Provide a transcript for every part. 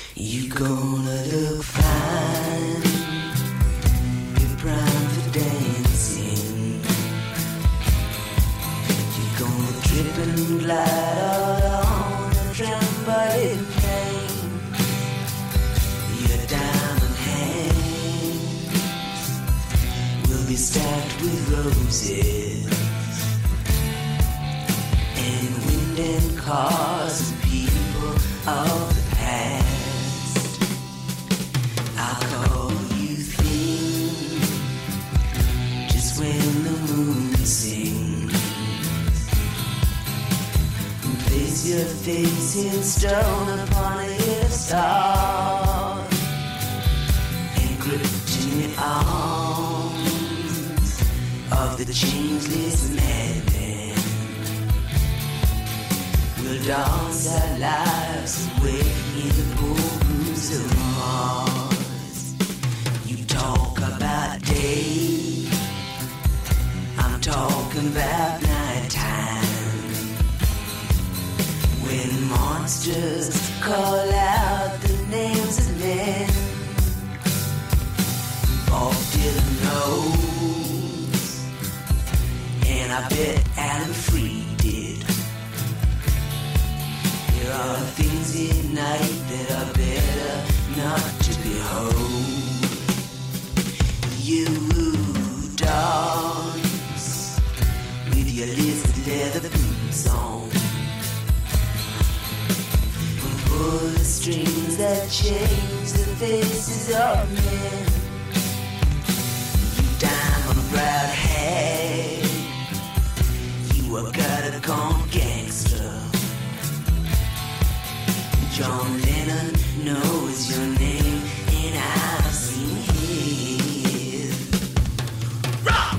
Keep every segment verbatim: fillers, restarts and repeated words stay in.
You gonna look fine. You're prime for dancing. You're gonna trip and glide out on a trampoline plane. Your diamond hands will be stacked with roses and wind and cars and people of the past. I'll call you thin just when the moon sings. And place your face in stone upon a hill of stars and gripped in the arms of the changeless madman. We'll dance our lives away in the ballrooms of Mars. You talk about day, I'm talking about nighttime. When monsters call out the names of men, Bob Dylan knows, and I bet Alan Freed did. There are things in night that are better not to behold. You dance with your lizard leather boots on, and pull the strings that change the faces of men. You diamond browed hag, you a gutter gone gangster. John Lennon knows your name, and I've seen his. Rock!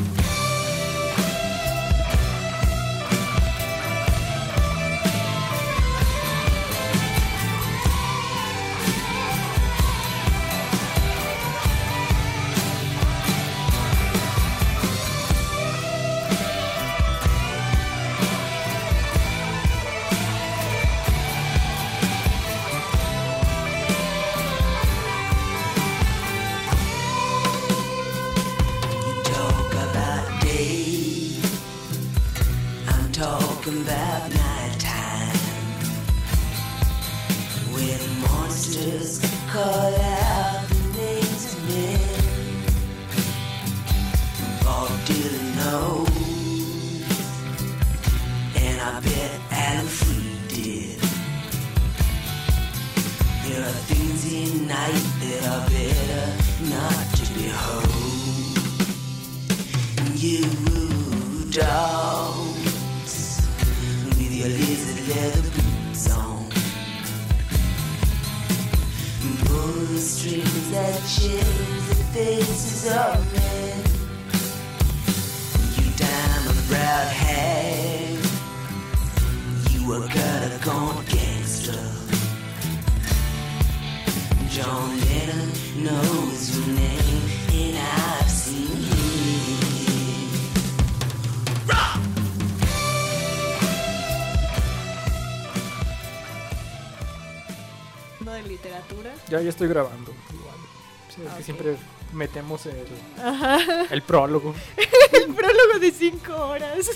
Talking about nighttime, when monsters call out the names of men. Bob Dylan knows, and I bet Alan Freed did. There are things in night that are better not to behold. You dog, your lizard leather boots on, pull the strings that change the faces of men. You diamond browed hag, you a gutter gone gangster. John Lennon knows your name, and I've seen him. Rock! De literatura. Ya, ya estoy grabando. Igual. Sí, es Okay. que siempre metemos el, Ajá. el prólogo. El prólogo de cinco horas.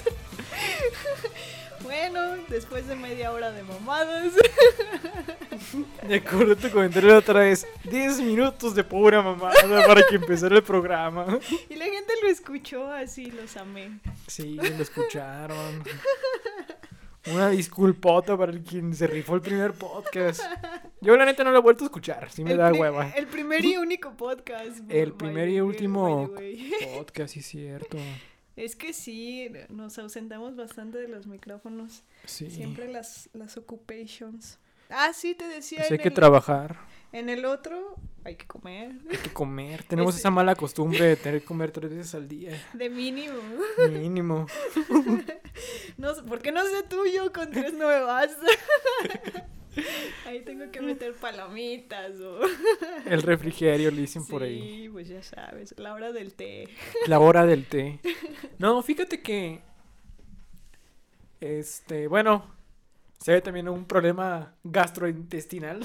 Bueno, después de media hora de mamadas. Me acuerdo tu comentario la otra vez. diez minutos de pura mamada para que empezara el programa. Y la gente lo escuchó así, los amé. Sí, lo escucharon. Una disculpota para el quien se rifó el primer podcast. Yo la neta no lo he vuelto a escuchar. Sí me El da pri- hueva. El primer y único podcast. El by primer the y way, último by the way. podcast, sí es cierto. Es que sí, nos ausentamos bastante de los micrófonos. Sí. Siempre las, las occupations. Ah, sí, te decía. Pues en hay que el- trabajar, En el otro, hay que comer. hay que comer. Tenemos Ese- esa mala costumbre de tener que comer tres veces al día. De mínimo. Mínimo. No, sé- ¿por qué no sé tuyo con tres no me basta? Ahí tengo que meter palomitas o... El refrigerio le dicen por ahí. Sí, pues ya sabes, la hora del té. La hora del té. No, fíjate que... Este, bueno... se ve también un problema gastrointestinal.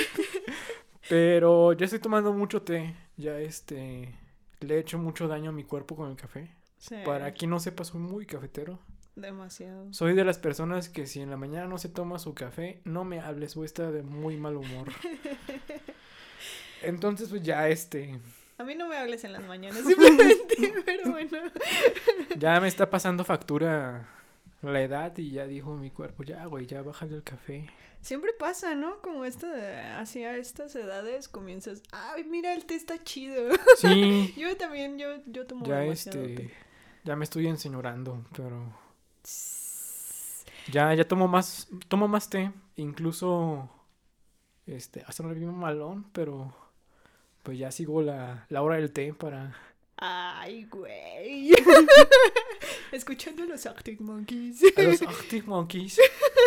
Pero ya estoy tomando mucho té. Ya este le he hecho mucho daño a mi cuerpo con el café. Sí, Para quien no sepa, soy muy cafetero. demasiado. Soy de las personas que si en la mañana no se toma su café, no me hables, o está de muy mal humor. Entonces, pues ya este, A mí no me hables en las mañanas, simplemente, pero bueno. ya me está pasando factura la edad y ya dijo mi cuerpo, ya güey, ya bájale el café. Siempre pasa, ¿no? Como esto de, hacia estas edades comienzas, ay, mira, el té está chido. Sí, Yo también, yo, yo tomo ya demasiado este, té. ya me estoy enseñorando, pero ya, ya tomo más, tomo más té, incluso, este, hasta no vivo malón, pero pues ya sigo la, la hora del té para... Ay, güey. Escuchando a los Arctic Monkeys. A los Arctic Monkeys.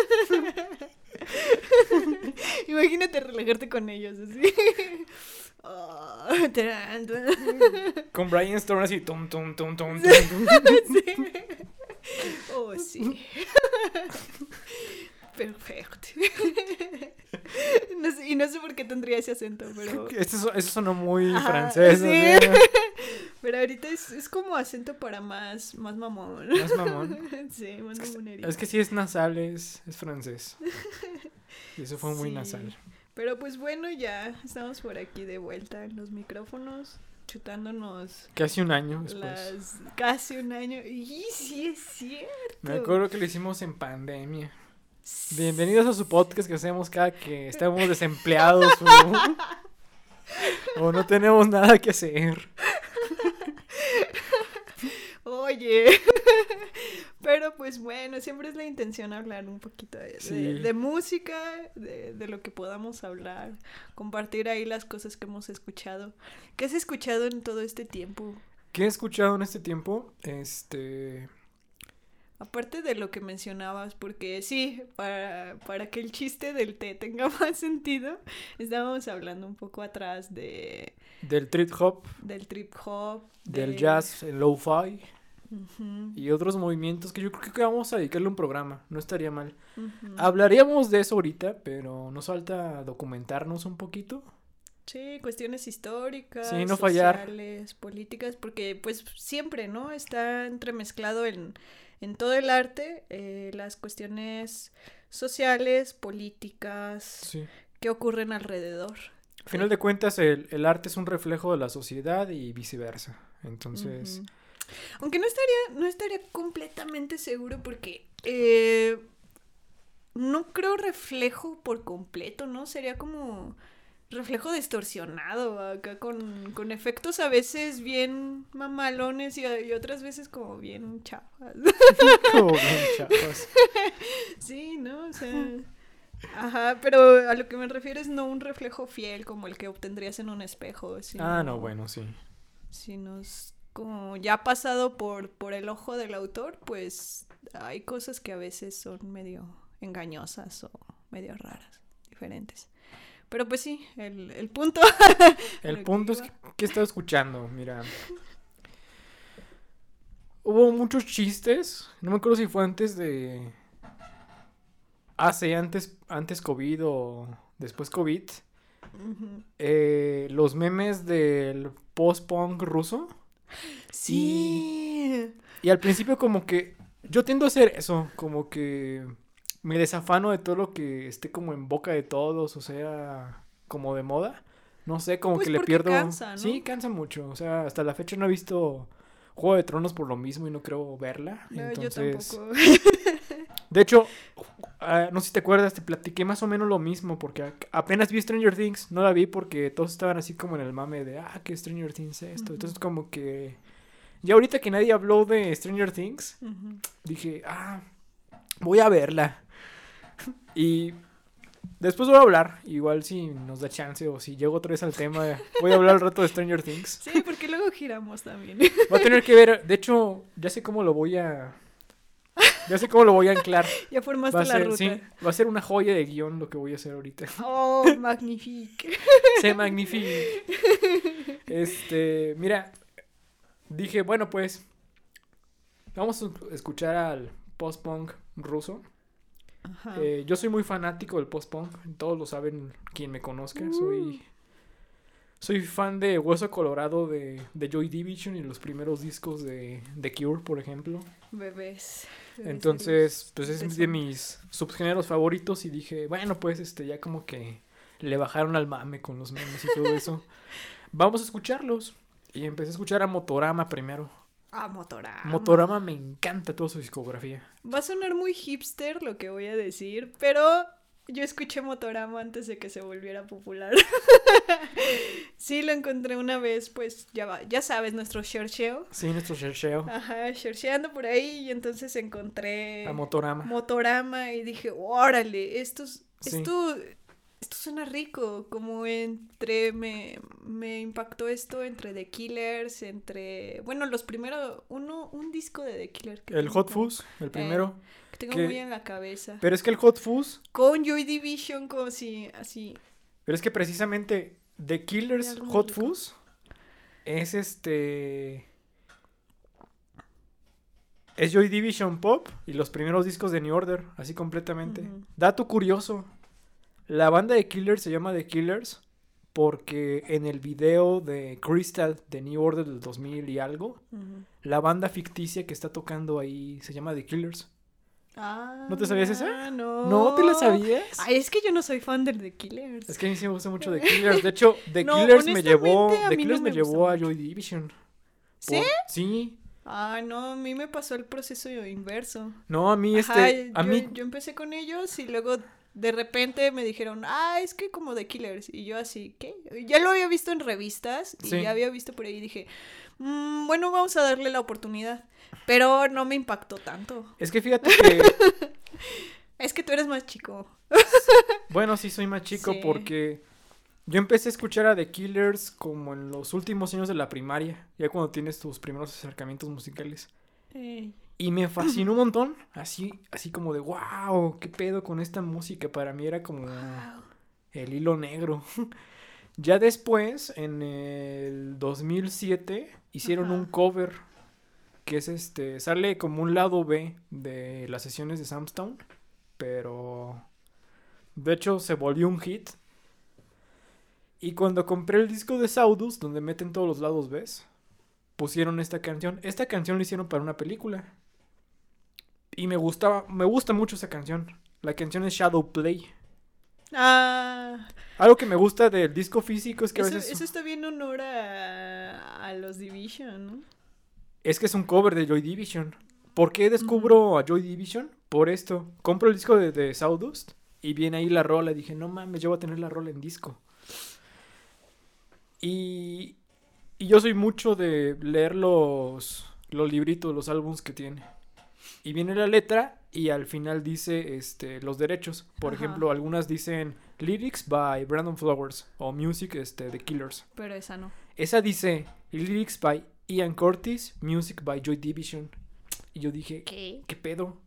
Imagínate relajarte con ellos así. Oh, taran, taran. Con Brian Storm así, tum, tum, tum, tum, tum, tum. Sí. Oh, sí. Perfecto. No sé, y no sé por qué tendría ese acento, pero... Eso, eso sonó muy Ajá, francés. sí. ¿No? Pero ahorita es, es como acento para más, más mamón. Más mamón. Sí, más Es que, mamonería. es que si es nasal, es, es francés. Y eso fue muy Sí. nasal. Pero pues bueno, ya estamos por aquí de vuelta en los micrófonos, chutándonos Casi un año después. las casi un año. Y sí es cierto. Me acuerdo que lo hicimos en pandemia. Bienvenidos a su podcast que hacemos cada que estamos desempleados o, o no tenemos nada que hacer. Oye, pero pues bueno, siempre es la intención hablar un poquito de, Sí. de, de música, de, de lo que podamos hablar, compartir ahí las cosas que hemos escuchado. ¿Qué has escuchado en todo este tiempo? ¿Qué he escuchado en este tiempo? Este... Aparte de lo que mencionabas, porque sí, para, para que el chiste del té tenga más sentido, estábamos hablando un poco atrás de Del trip hop, del trip hop, del de- jazz, el lo-fi Ujú, y otros movimientos que yo creo que vamos a dedicarle un programa. No estaría mal. ujú. Hablaríamos de eso ahorita, pero nos falta documentarnos un poquito. Sí, cuestiones históricas, Sí, no fallar. sociales, políticas, porque pues siempre, ¿no? Está entremezclado en, en todo el arte eh, las cuestiones sociales, políticas, Sí. que ocurren alrededor. Al final de cuentas, el, el arte es un reflejo de la sociedad y viceversa. Entonces, Ujú. Aunque no estaría, no estaría completamente seguro porque eh, no creo reflejo por completo, ¿no? Sería como reflejo distorsionado acá con, con efectos a veces bien mamalones y, y otras veces como bien chafas. como bien chavos. Sí, ¿no? O sea... Ajá, pero a lo que me refiero es no un reflejo fiel como el que obtendrías en un espejo. Sino, Ah, no, bueno, sí. Sino es como ya pasado por, por el ojo del autor, pues hay cosas que a veces son medio engañosas o medio raras, diferentes. Pero pues sí, el, el punto... El Lo que punto es iba. que, que he estado escuchando, mira. Hubo muchos chistes. No me acuerdo si fue antes de... Ah, sí, antes, antes COVID o después COVID. Ujú. Eh, los memes del post-punk ruso. Sí. Y al principio como que yo tiendo a hacer eso, como que me desafano de todo lo que esté como en boca de todos, o sea, como de moda. No sé, como Pues que le porque pierdo... cansa, ¿no? Sí, cansa mucho. O sea, hasta la fecha no he visto Juego de Tronos por lo mismo y no creo verla. No, Entonces, yo tampoco. de hecho, uh, no sé si te acuerdas, te platiqué más o menos lo mismo, porque a- apenas vi Stranger Things, no la vi porque todos estaban así como en el mame de, ah, que Stranger Things esto. Ujú. Entonces como que... Ya ahorita que nadie habló de Stranger Things, Ujú. dije, ah, voy a verla. Y después voy a hablar, igual si nos da chance o si llego otra vez al tema, voy a hablar al rato de Stranger Things. Sí, porque luego giramos también. Voy a tener que ver, de hecho, ya sé cómo lo voy a... Ya sé cómo lo voy a anclar. Ya formaste Va a la ser, ruta. sí, va a ser una joya de guión lo que voy a hacer ahorita. Oh, magnifique. Se magnifica. Este, mira, dije, bueno, pues, vamos a escuchar al post-punk ruso. Ajá. Eh, yo soy muy fanático del post-punk, todos lo saben quien me conozca, Uh. soy... Soy fan de Hueso Colorado, de, de Joy Division y los primeros discos de, de Cure, por ejemplo. Bebés. bebés Entonces, de pues es los- de mis subgéneros favoritos y dije, bueno, pues este ya como que le bajaron al mame con los memes y todo eso. Vamos a escucharlos. Y empecé a escuchar a Motorama primero. Ah, Motorama. Motorama me encanta toda su discografía. Va a sonar muy hipster lo que voy a decir, pero yo escuché Motorama antes de que se volviera popular. Sí, lo encontré una vez, pues ya va, ya sabes, nuestro chercheo. Sí, nuestro chercheo. Ajá, chercheando por ahí y entonces encontré A Motorama. Motorama y dije, órale, esto, es- Sí. esto, esto suena rico, como entre, me, me impactó esto entre The Killers, entre, bueno, los primeros, uno, un disco de The Killers. que El tengo Hot como- Fuzz, el primero. Que tengo que- muy en la cabeza. Pero es que el Hot Fuzz, Con Joy Division, como si, así. pero es que precisamente The Killers algo muy Hot rico. Fuzz es este... Es Joy Division Pop y los primeros discos de New Order, así completamente. Ujú. Dato curioso, la banda de Killers se llama The Killers porque en el video de Crystal de New Order del dos mil y algo, Ujú. la banda ficticia que está tocando ahí se llama The Killers. Ah, ¿No te sabías esa? No. ¿No te la sabías? Ay, es que yo no soy fan de The Killers. Es que a mí sí me gusta mucho The Killers. De hecho, The No, Killers me llevó, honestamente, a The mí Killers no me me llevó gusta a mucho. Joy Division. ¿Sí? Por- Sí. Ah, no, a mí me pasó el proceso inverso. No, a mí este, Ajá, a yo, mí yo empecé con ellos y luego de repente me dijeron, ah, es que como The Killers. Y yo así, ¿qué? Ya lo había visto en revistas y Sí. ya había visto por ahí y dije, "Mm, bueno, vamos a darle la oportunidad. Pero no me impactó tanto. es que fíjate que Es que tú eres más chico. bueno, sí soy más chico Sí. porque yo empecé a escuchar a The Killers como en los últimos años de la primaria, ya cuando tienes tus primeros acercamientos musicales. Eh, Y me fascinó un montón, así así como de wow, qué pedo con esta música, para mí era como wow. el hilo negro. Ya después, en el dos mil siete, hicieron Ajá. un cover que es este, sale como un lado B de las sesiones de Sam Stone, pero de hecho se volvió un hit. Y cuando compré el disco de Saudus, donde meten todos los lados B, pusieron esta canción. Esta canción la hicieron para una película. Y me gustaba, me gusta mucho esa canción. La canción es Shadow Play. Ah, Algo que me gusta del disco físico es que a eso, veces eso está bien honor a, a los Division, ¿no? es que es un cover de Joy Division. ¿Por qué descubro a Joy Division? Por esto. Compro el disco de, de Sawdust y viene ahí la rola. Y dije, no mames, yo voy a tener la rola en disco. Y, y yo soy mucho de leer los, los libritos, los álbums que tiene. Y viene la letra y al final dice este, los derechos. Por Ajá. ejemplo, algunas dicen Lyrics by Brandon Flowers o Music este, The Killers. Pero esa no. Esa dice Lyrics by Ian Curtis, Music by Joy Division. Y yo dije, ¿Qué? ¿qué pedo?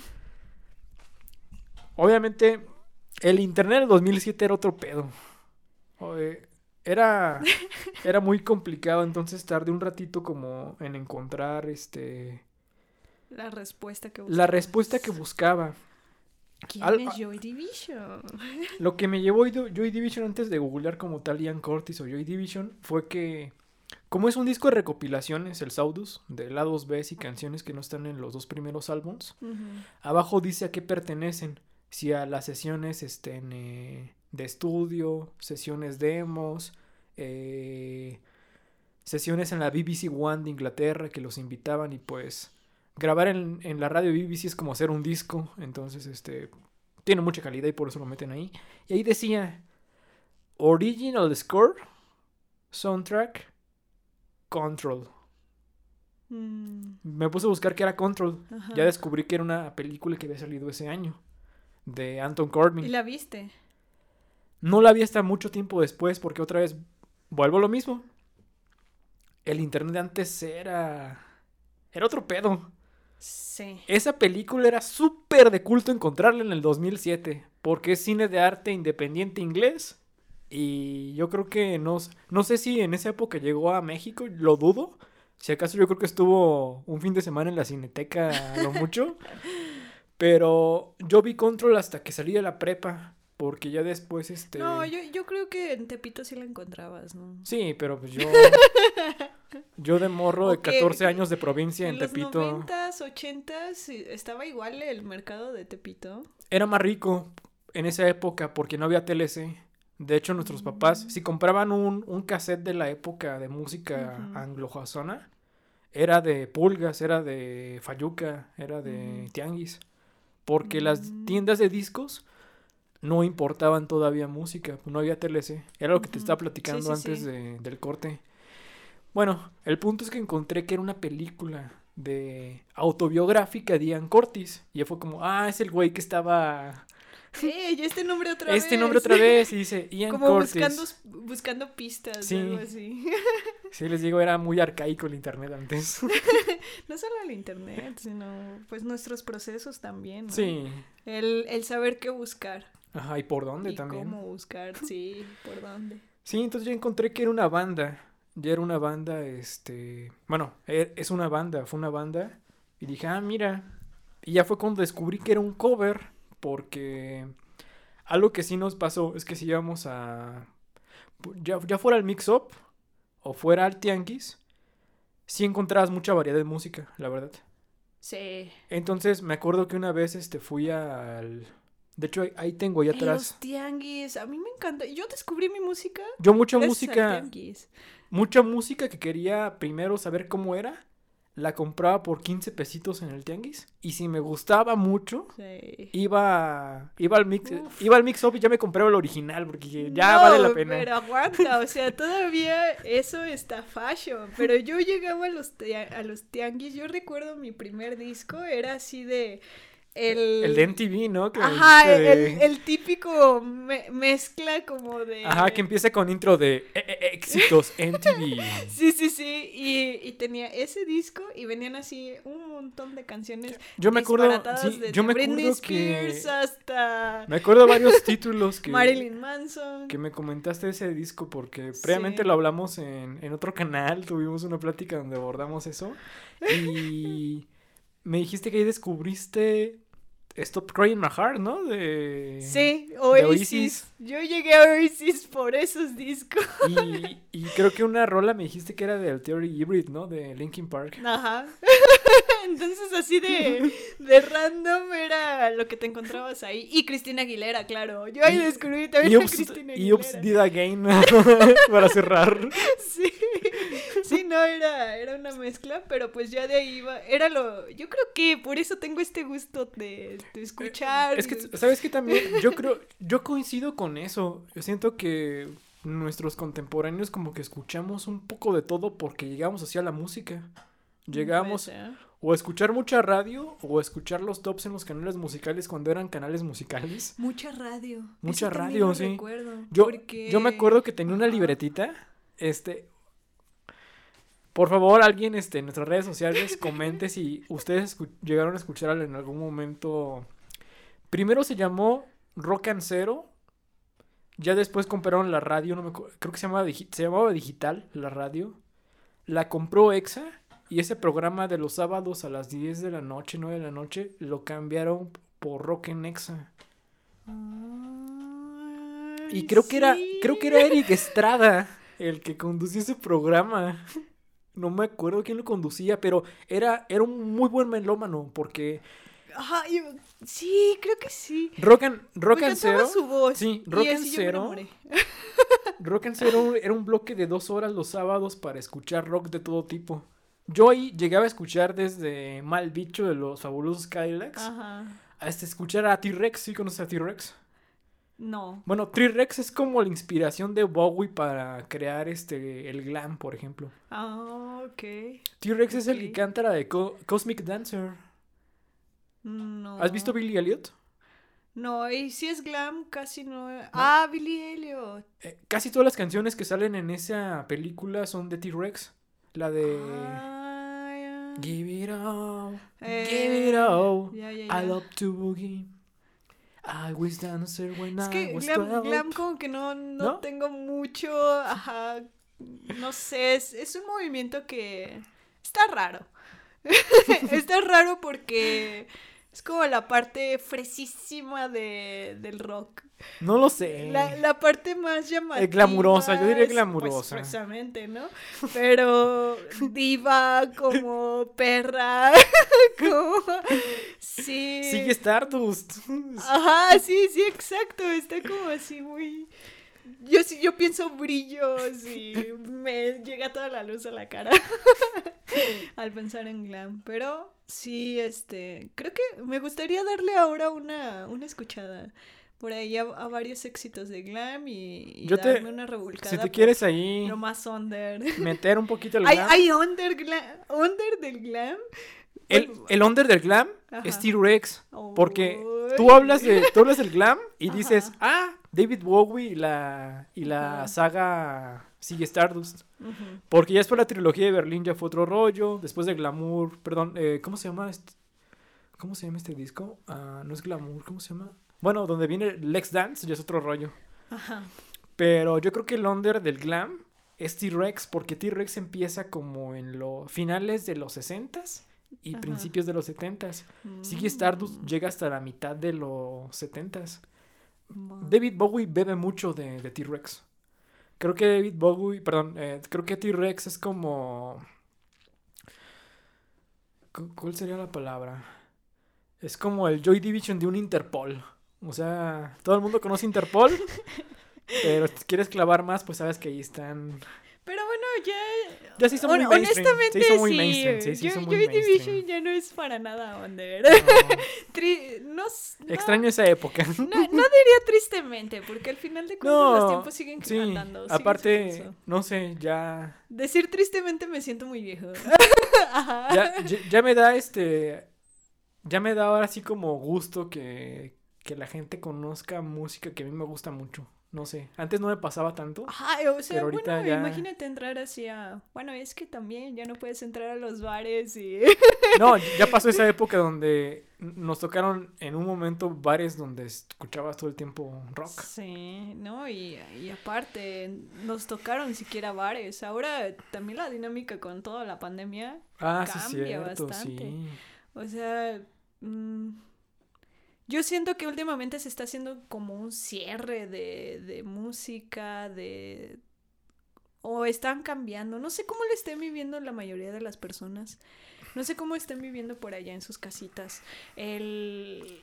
Obviamente, el internet del dos mil siete era otro pedo. Oye, Era, era muy complicado, entonces tardé un ratito como en encontrar este La respuesta que la buscabas. respuesta que buscaba. ¿Quién Al- es Joy Division? Lo que me llevó a Joy Division antes de googlear como tal Ian Curtis o Joy Division fue que, como es un disco de recopilaciones, el Saudus, de lados B y canciones que no están en los dos primeros álbums, Ujú. abajo dice a qué pertenecen. Si a las sesiones este, en, eh, de estudio, sesiones demos, eh, sesiones en la B B C One de Inglaterra que los invitaban y pues grabar en, en la radio B B C es como hacer un disco, entonces este tiene mucha calidad y por eso lo meten ahí. Y ahí decía Original Score, Soundtrack, Control. Mm, Me puse a buscar qué era Control. ajá. Ya descubrí que era una película que había salido ese año de Anton Corbijn. ¿Y la viste? No la vi hasta mucho tiempo después porque otra vez vuelvo a lo mismo. El internet de antes era era otro pedo. Sí. Esa película era súper de culto encontrarla en el dos mil siete porque es cine de arte independiente inglés y yo creo que no, no sé si en esa época llegó a México, lo dudo. Si acaso yo creo que estuvo un fin de semana en la Cineteca a lo mucho. Pero yo vi Control hasta que salí de la prepa, porque ya después, este... No, yo, yo creo que en Tepito sí la encontrabas, ¿no? Sí, pero pues yo... yo de morro de Ok, catorce años de provincia en, En los Tepito... noventas, ochentas, estaba igual el mercado de Tepito. Era más rico en esa época porque no había T L C. De hecho, nuestros papás, si compraban un, un cassette de la época de música Ujú. anglosajona, era de pulgas, era de fayuca, era de Ujú. tianguis. Porque las Mm. tiendas de discos no importaban todavía música, no había T L C. Era lo que te Ujú. estaba platicando Sí, sí, antes sí. de- del corte. Bueno, el punto es que encontré que era una película de autobiográfica de Ian Curtis. Y ya fue como, ah, es el güey que estaba... ¡Eh! Y este nombre otra vez. Este nombre otra vez, y dice Ian Como Curtis. buscando, buscando pistas Sí. o algo así. Sí, les digo, era muy arcaico el internet antes. No solo el internet, sino pues nuestros procesos también, ¿no? Sí. El, el saber qué buscar. Ajá, ¿y por dónde Y también? cómo buscar, sí, por dónde. Sí, entonces ya encontré que era una banda. Ya era una banda, este... Bueno, e- es una banda, fue una banda. Y dije, ah, mira. Y ya fue cuando descubrí que era un cover. Porque algo que sí nos pasó es que si íbamos a... Ya, ya fuera al mix-up o fuera al tianguis, sí encontrabas mucha variedad de música, la verdad. Sí. Entonces me acuerdo que una vez este fui al... De hecho, ahí, ahí tengo allá Ay, atrás. los tianguis, a mí me encanta. Yo descubrí mi música Yo mucha gracias al música, tianguis. mucha música que quería primero saber cómo era, la compraba por quince pesitos en el tianguis. Y si me gustaba mucho, Sí. iba, iba al mix, Uf. iba al mix up y ya me compraba el original porque dije, ya No, vale la pena. Pero aguanta, o sea, todavía eso está fashion. Pero yo llegaba a los, tia- a los tianguis, yo recuerdo mi primer disco, era así de... El, El de M T V, ¿no? Que me Ajá, dijiste el, de- el típico me- mezcla como de... Ajá, que empieza con intro de eh, eh, éxitos M T V. Sí, sí, sí, y, y tenía ese disco y venían así un montón de canciones Yo me acuerdo, disparatadas, sí, desde yo me Britney acuerdo que Spears hasta me acuerdo varios títulos que Marilyn Manson. que me comentaste de ese disco porque previamente Sí. lo hablamos en, en otro canal, tuvimos una plática donde abordamos eso y me dijiste que ahí descubriste Stop Crying My Heart, ¿no? De Sí, de Oasis. Oasis. Yo llegué a Oasis por esos discos. Y, y creo que una rola me dijiste que era del Theory Hybrid, ¿no? De Linkin Park. Ajá. Entonces así de, de random era lo que te encontrabas ahí. Y Cristina Aguilera, claro. Yo ahí Y- descubrí también Y a Ups, Cristina y Ups Aguilera. Did Again para cerrar. Sí, sí, no, era, era una mezcla, pero pues ya de ahí iba, era lo, yo creo que por eso tengo este gusto de, de escuchar. Es que, ¿sabes qué también? Yo creo, yo coincido con eso. Yo siento que nuestros contemporáneos como que escuchamos un poco de todo porque llegamos hacia la música. Llegamos Puede ser. o a escuchar mucha radio o a escuchar los tops en los canales musicales cuando eran canales musicales. Mucha radio. Mucha Eso también radio, lo sí. recuerdo, Yo, porque- yo me acuerdo que tenía una Ajá. libretita. Este. Por favor, alguien este, en nuestras redes sociales comente si ustedes escu- llegaron a escuchar en algún momento. Primero se llamó Rock and Zero. Ya después compraron la radio. No me acu- creo que se llamaba, digi- se llamaba Digital, la radio. La compró Exa. Y ese programa de los sábados a las diez de la noche, nueve de la noche, lo cambiaron por Rock en Exa. Ay, Y creo que era, sí. creo que era Eric Estrada el que conducía ese programa. No me acuerdo quién lo conducía, pero era, era un muy buen melómano, porque Ajá, yo- sí, creo que sí. Rock and, rock Me and encantaba Zero, su voz. sí, y Rock and así yo me Zero, enamoré. Rock and Zero era un bloque de dos horas los sábados para escuchar rock de todo tipo. Yo ahí llegaba a escuchar desde Mal Bicho de los Fabulosos Cadillacs, Ajá. hasta escuchar a T-Rex. ¿Sí conoces a T-Rex? No. Bueno, T-Rex es como la inspiración de Bowie para crear este el glam, por ejemplo. Ah, ok. T-Rex es el Ok. que canta la de Co- Cosmic Dancer. No. ¿Has visto Billy Elliot? No, y si es glam, casi no. Ah, Billy Elliot. Eh, casi todas las canciones que salen en esa película son de T-Rex. La de Ah, ya. Give it all, Eh, give it all. ya, ya, I ya. love to boogie. I was dancer when Es I que was glam, twelve. glam como que no, no, ¿No? tengo mucho, ajá, no sé, es, es un movimiento que está raro. Está raro porque Es como la parte fresísima de, del rock. No lo sé. La, la parte más llamativa. Eh, glamurosa, yo diría es, glamurosa. Pues, precisamente, ¿no? Pero diva, como perra, como... Sí. Sigue Stardust. Ajá, sí, sí, exacto. Está como así muy... Yo sí, yo pienso brillos y me llega toda la luz a la cara al pensar en glam. Pero sí, este, creo que me gustaría darle ahora una, una escuchada por ahí a, a varios éxitos de glam y, y Yo te- darme una revolcada. Si te por quieres ahí lo más under. meter un poquito el ¿Hay, glam. hay under, glam, under del glam? El, Bueno, el under del glam Ajá. es T-Rex. Porque Uy. tú hablas de tú hablas del glam y Ajá. dices, ah, David Bowie y la, y la Ajá. saga Sigue Stardust. Ujú. Porque ya después la trilogía de Berlín ya fue otro rollo. Después de Glamour, perdón, eh, ¿cómo se llama este? ¿Cómo se llama este disco? Ah, no es Glamour, ¿cómo se llama? Bueno, donde viene Lex Dance ya es otro rollo. Ajá. Pero yo creo que el under del glam es T-Rex, porque T-Rex empieza como en los finales de los sesentas y Ajá. principios de los setentas. Sigue Mm. Stardust llega hasta la mitad de los setentas. Ma- David Bowie bebe mucho de, de T-Rex. Creo que David Bowie, perdón, eh, creo que T-Rex es como... cu- ¿Cuál sería la palabra? Es como el Joy Division de un Interpol. O sea, todo el mundo conoce Interpol, pero si quieres clavar más, pues sabes que ahí están... Pero bueno, ya... Ya se hizo muy Hon- mainstream. honestamente, Se hizo muy sí. mainstream. Sí, se Yo- hizo muy Joy mainstream. Division ya no es para nada under. No. Tri- no, s- no- Extraño esa época. No, no diría tristemente, porque al final de cuentas No, los tiempos siguen sí, andando. siguen su aparte, curso. no sé, ya, Decir tristemente me siento muy viejo. Ajá. ya, ya, ya me da este, ya me da ahora sí como gusto que, que la gente conozca música que a mí me gusta mucho. No sé, antes no me pasaba tanto. Ajá, o sea, Pero ahorita bueno, ya- imagínate entrar así a... Bueno, es que también ya no puedes entrar a los bares y... No, ya pasó esa época donde nos tocaron en un momento bares donde escuchabas todo el tiempo rock. Sí, ¿no? Y, y aparte, nos tocaron siquiera bares. Ahora también la dinámica con toda la pandemia Ah, sí, cambia cierto, bastante. sí. O sea, mm, yo siento que últimamente se está haciendo como un cierre de, de música, de... O están cambiando. No sé cómo lo estén viviendo la mayoría de las personas. No sé cómo estén viviendo por allá en sus casitas. El,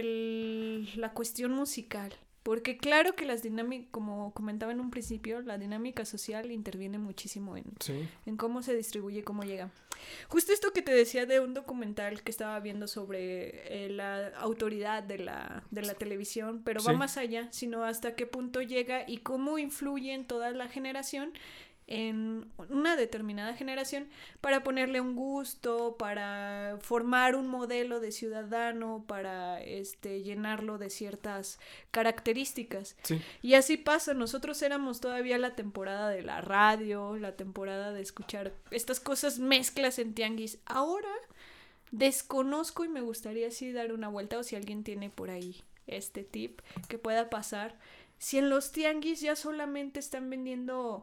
el, la cuestión musical. Porque claro que las dinámicas, como comentaba en un principio, la dinámica social interviene muchísimo en, Sí. en cómo se distribuye, cómo llega. Justo esto que te decía de un documental que estaba viendo sobre eh, la autoridad de la, de la televisión, pero va Sí. más allá, sino hasta qué punto llega y cómo influye en toda la generación, en una determinada generación, para ponerle un gusto, para formar un modelo de ciudadano, para este, llenarlo de ciertas características. Sí. Y así pasa, nosotros éramos todavía la temporada de la radio, la temporada de escuchar estas cosas mezclas en tianguis. Ahora desconozco y me gustaría así dar una vuelta, o si alguien tiene por ahí este tip que pueda pasar. Si en los tianguis ya solamente están vendiendo,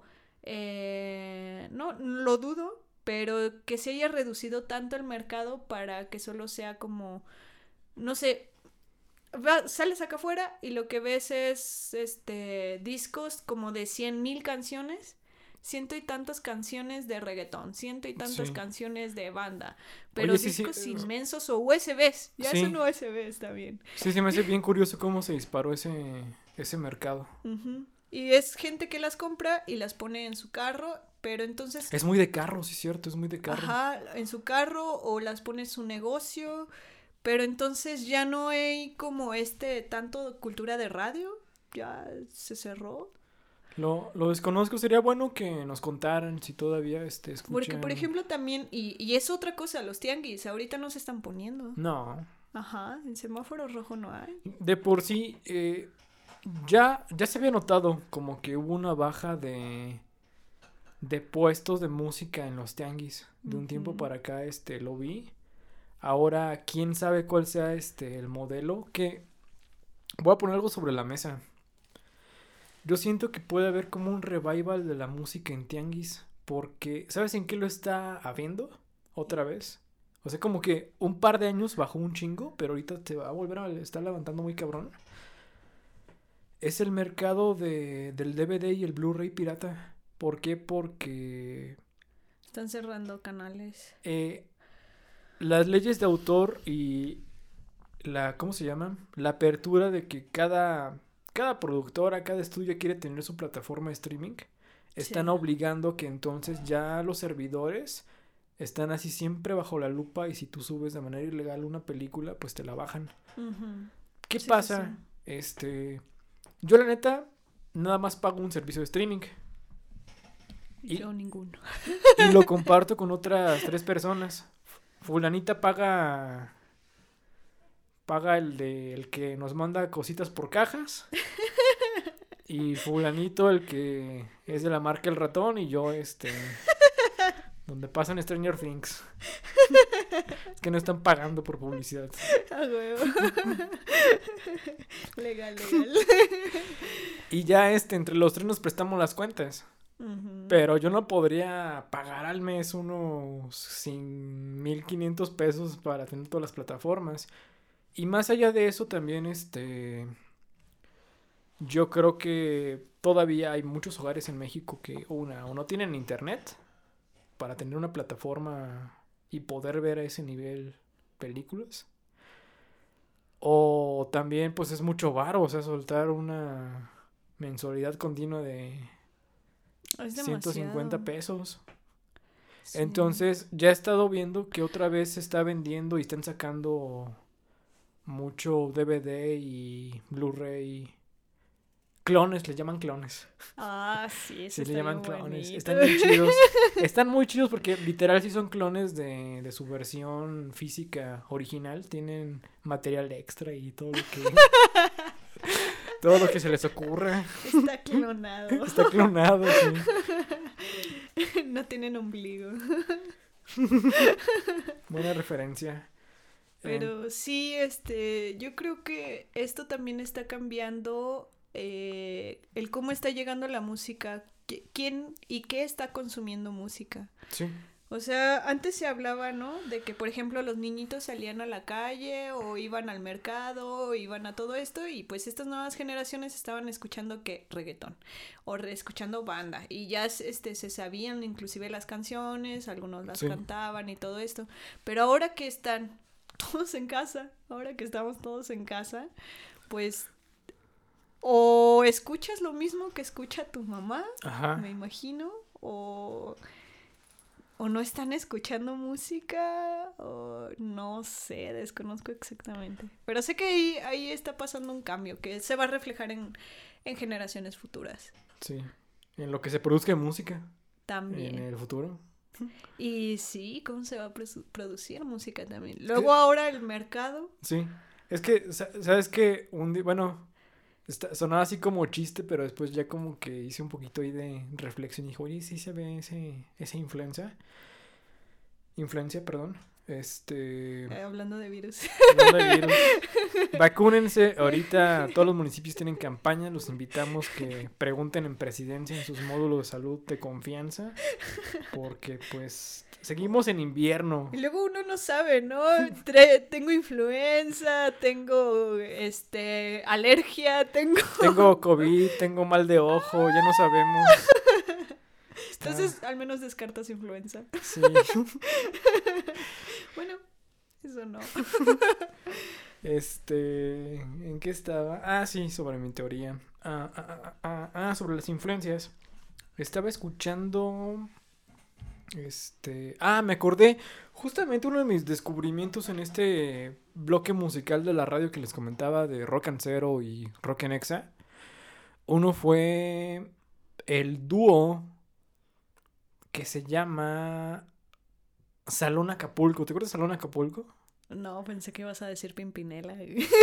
eh, no, lo dudo, pero que se haya reducido tanto el mercado para que solo sea como, no sé, va- sales acá afuera y lo que ves es este discos como de cien mil canciones, ciento y tantas canciones de reggaetón, ciento y tantas Sí. canciones de banda, pero Oye, sí, sí, discos eh, inmensos o U S Bs, ya sí. son U S Bs también. Sí, se me hace bien curioso cómo se disparó ese, ese mercado. Ujú. Y es gente que las compra y las pone en su carro, pero entonces... Es muy de carro, sí es cierto, es muy de carro. Ajá, en su carro o las pone en su negocio, pero entonces ya no hay como este tanto cultura de radio, ya se cerró. Lo, lo desconozco, sería bueno que nos contaran si todavía este, escuchan. Porque, por ejemplo, también, y, y es otra cosa, los tianguis ahorita no se están poniendo. No, Ajá, en semáforo rojo no hay. de por sí, eh, ya, ya se había notado como que hubo una baja de, de puestos de música en los tianguis. De un tiempo Ujú. para acá este, lo vi. Ahora, quién sabe cuál sea este, el modelo. Que voy a poner algo sobre la mesa. Yo siento que puede haber como un revival de la música en tianguis. Porque, ¿sabes en qué lo está habiendo? Otra vez. O sea, como que un par de años bajó un chingo, pero ahorita te va a volver a estar levantando muy cabrón. Es el mercado de, del D V D y el Blu-ray pirata. ¿Por qué? Porque... Están cerrando canales. Eh, las leyes de autor y la... ¿Cómo se llama? La apertura de que cada, cada productora, cada estudio quiere tener su plataforma de streaming. Están Sí. obligando que entonces ya los servidores están así siempre bajo la lupa y si tú subes de manera ilegal una película, pues te la bajan. Uh-huh. ¿Qué Sí, pasa? sí, sí. Este, yo la neta nada más pago un servicio de streaming Y y, yo ninguno. y lo comparto con otras tres personas. Fulanita paga paga el de el que nos manda cositas por cajas. Y fulanito el que es de la marca El Ratón y yo este donde pasan Stranger Things. Es que no están pagando por publicidad. A huevo. Legal, legal. Y ya este entre los tres nos prestamos las cuentas. Uh-huh. Pero yo no podría pagar al mes unos mil quinientos pesos para tener todas las plataformas. Y más allá de eso también este yo creo que todavía hay muchos hogares en México que una o no tienen internet para tener una plataforma y poder ver a ese nivel películas. O también pues es mucho varo, o sea, soltar una mensualidad continua de Es ciento cincuenta demasiado. pesos. Sí. Entonces ya he estado viendo que otra vez se está vendiendo y están sacando mucho D V D y Blu-ray. Clones, le llaman clones. Ah, sí, eso Sí, está le llaman bien clones. bonito. Están muy chidos. Están muy chidos porque literal sí son clones de, de su versión física original. Tienen material extra y todo lo que... todo lo que se les ocurra. Está clonado. Está clonado, sí. No tienen ombligo. Buena referencia. Pero sí, este, yo creo que esto también está cambiando eh, el cómo está llegando la música, qui- quién y qué está consumiendo música. Sí. O sea, antes se hablaba, ¿no? De que, por ejemplo, los niñitos salían a la calle o iban al mercado o iban a todo esto y pues estas nuevas generaciones estaban escuchando que reggaetón o re- escuchando banda y ya este, se sabían inclusive las canciones, algunos las Sí. cantaban y todo esto. Pero ahora que están todos en casa, ahora que estamos todos en casa, pues o escuchas lo mismo que escucha tu mamá, Ajá. me imagino, o... o no están escuchando música, o no sé, desconozco exactamente. Pero sé que ahí, ahí está pasando un cambio que se va a reflejar en, en generaciones futuras Sí. En lo que se produzca en música. también. En el futuro. Y sí, cómo se va a produ- producir música también. Luego ahora el mercado. Sí. Es que, sa- ¿sabes qué? Un día, bueno, está- sonaba así como chiste, pero después ya como que hice un poquito ahí de reflexión y dije, oye, sí se ve ese, esa influencia. Influencia, perdón. Este... eh, hablando de virus. hablando de virus. Vacúnense. Ahorita todos los municipios tienen campaña. Los invitamos que pregunten en presidencia en sus módulos de salud de confianza. Porque pues seguimos en invierno. Y luego uno no sabe, ¿no? Tre- tengo influenza, tengo este alergia, tengo... Tengo COVID, tengo mal de ojo, ya no sabemos. Está- Entonces, al menos descartas influenza. Sí. Bueno, eso no. Este, ¿en qué estaba? Ah, sí, sobre mi teoría. Ah, ah, ah, ah, ah, sobre las influencias. Estaba escuchando. Este. Ah, me acordé. Justamente uno de mis descubrimientos en este bloque musical de la radio que les comentaba de Rock and Zero y Rock and Exa. Uno fue el dúo que se llama Salón Acapulco. ¿Te acuerdas de Salón Acapulco? No, pensé que ibas a decir Pimpinela.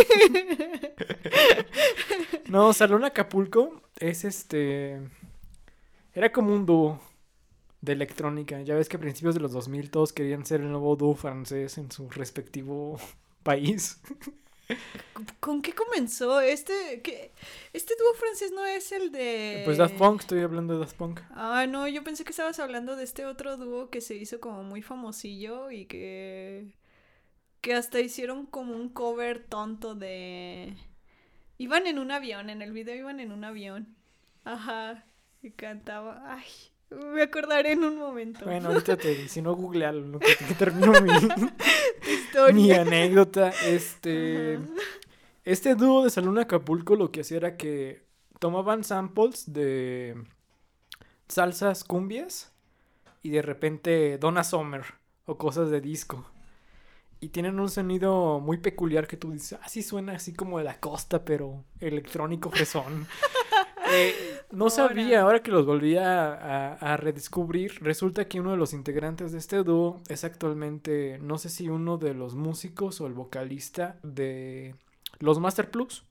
No, Salón Acapulco es este... Era como un dúo de electrónica. Ya ves que a principios de los dos mil todos querían ser el nuevo dúo francés en su respectivo país. ¿Con qué comenzó? Este, ¿qué? Este dúo francés no es el de... Pues Daft Punk, estoy hablando de Daft Punk. Ah, no, yo pensé que estabas hablando de este otro dúo que se hizo como muy famosillo y que... Que hasta hicieron como un cover tonto de... Iban en un avión, en el video iban en un avión. Ajá, y cantaba... Ay, me acordaré en un momento. Bueno, ahorita te, si no, googlealo, lo que, que termino mi, Historia. mi anécdota. Este, Ajá. este dúo de Salón Acapulco lo que hacía era que tomaban samples de salsas cumbias y de repente Donna Summer o cosas de disco. Y tienen un sonido muy peculiar que tú dices, ah, sí suena así como de la costa, pero electrónico fresón. Eh, no sabía, ahora que los volví a, a, a redescubrir, resulta que uno de los integrantes de este dúo es actualmente, no sé si uno de los músicos o el vocalista de los Master Plus.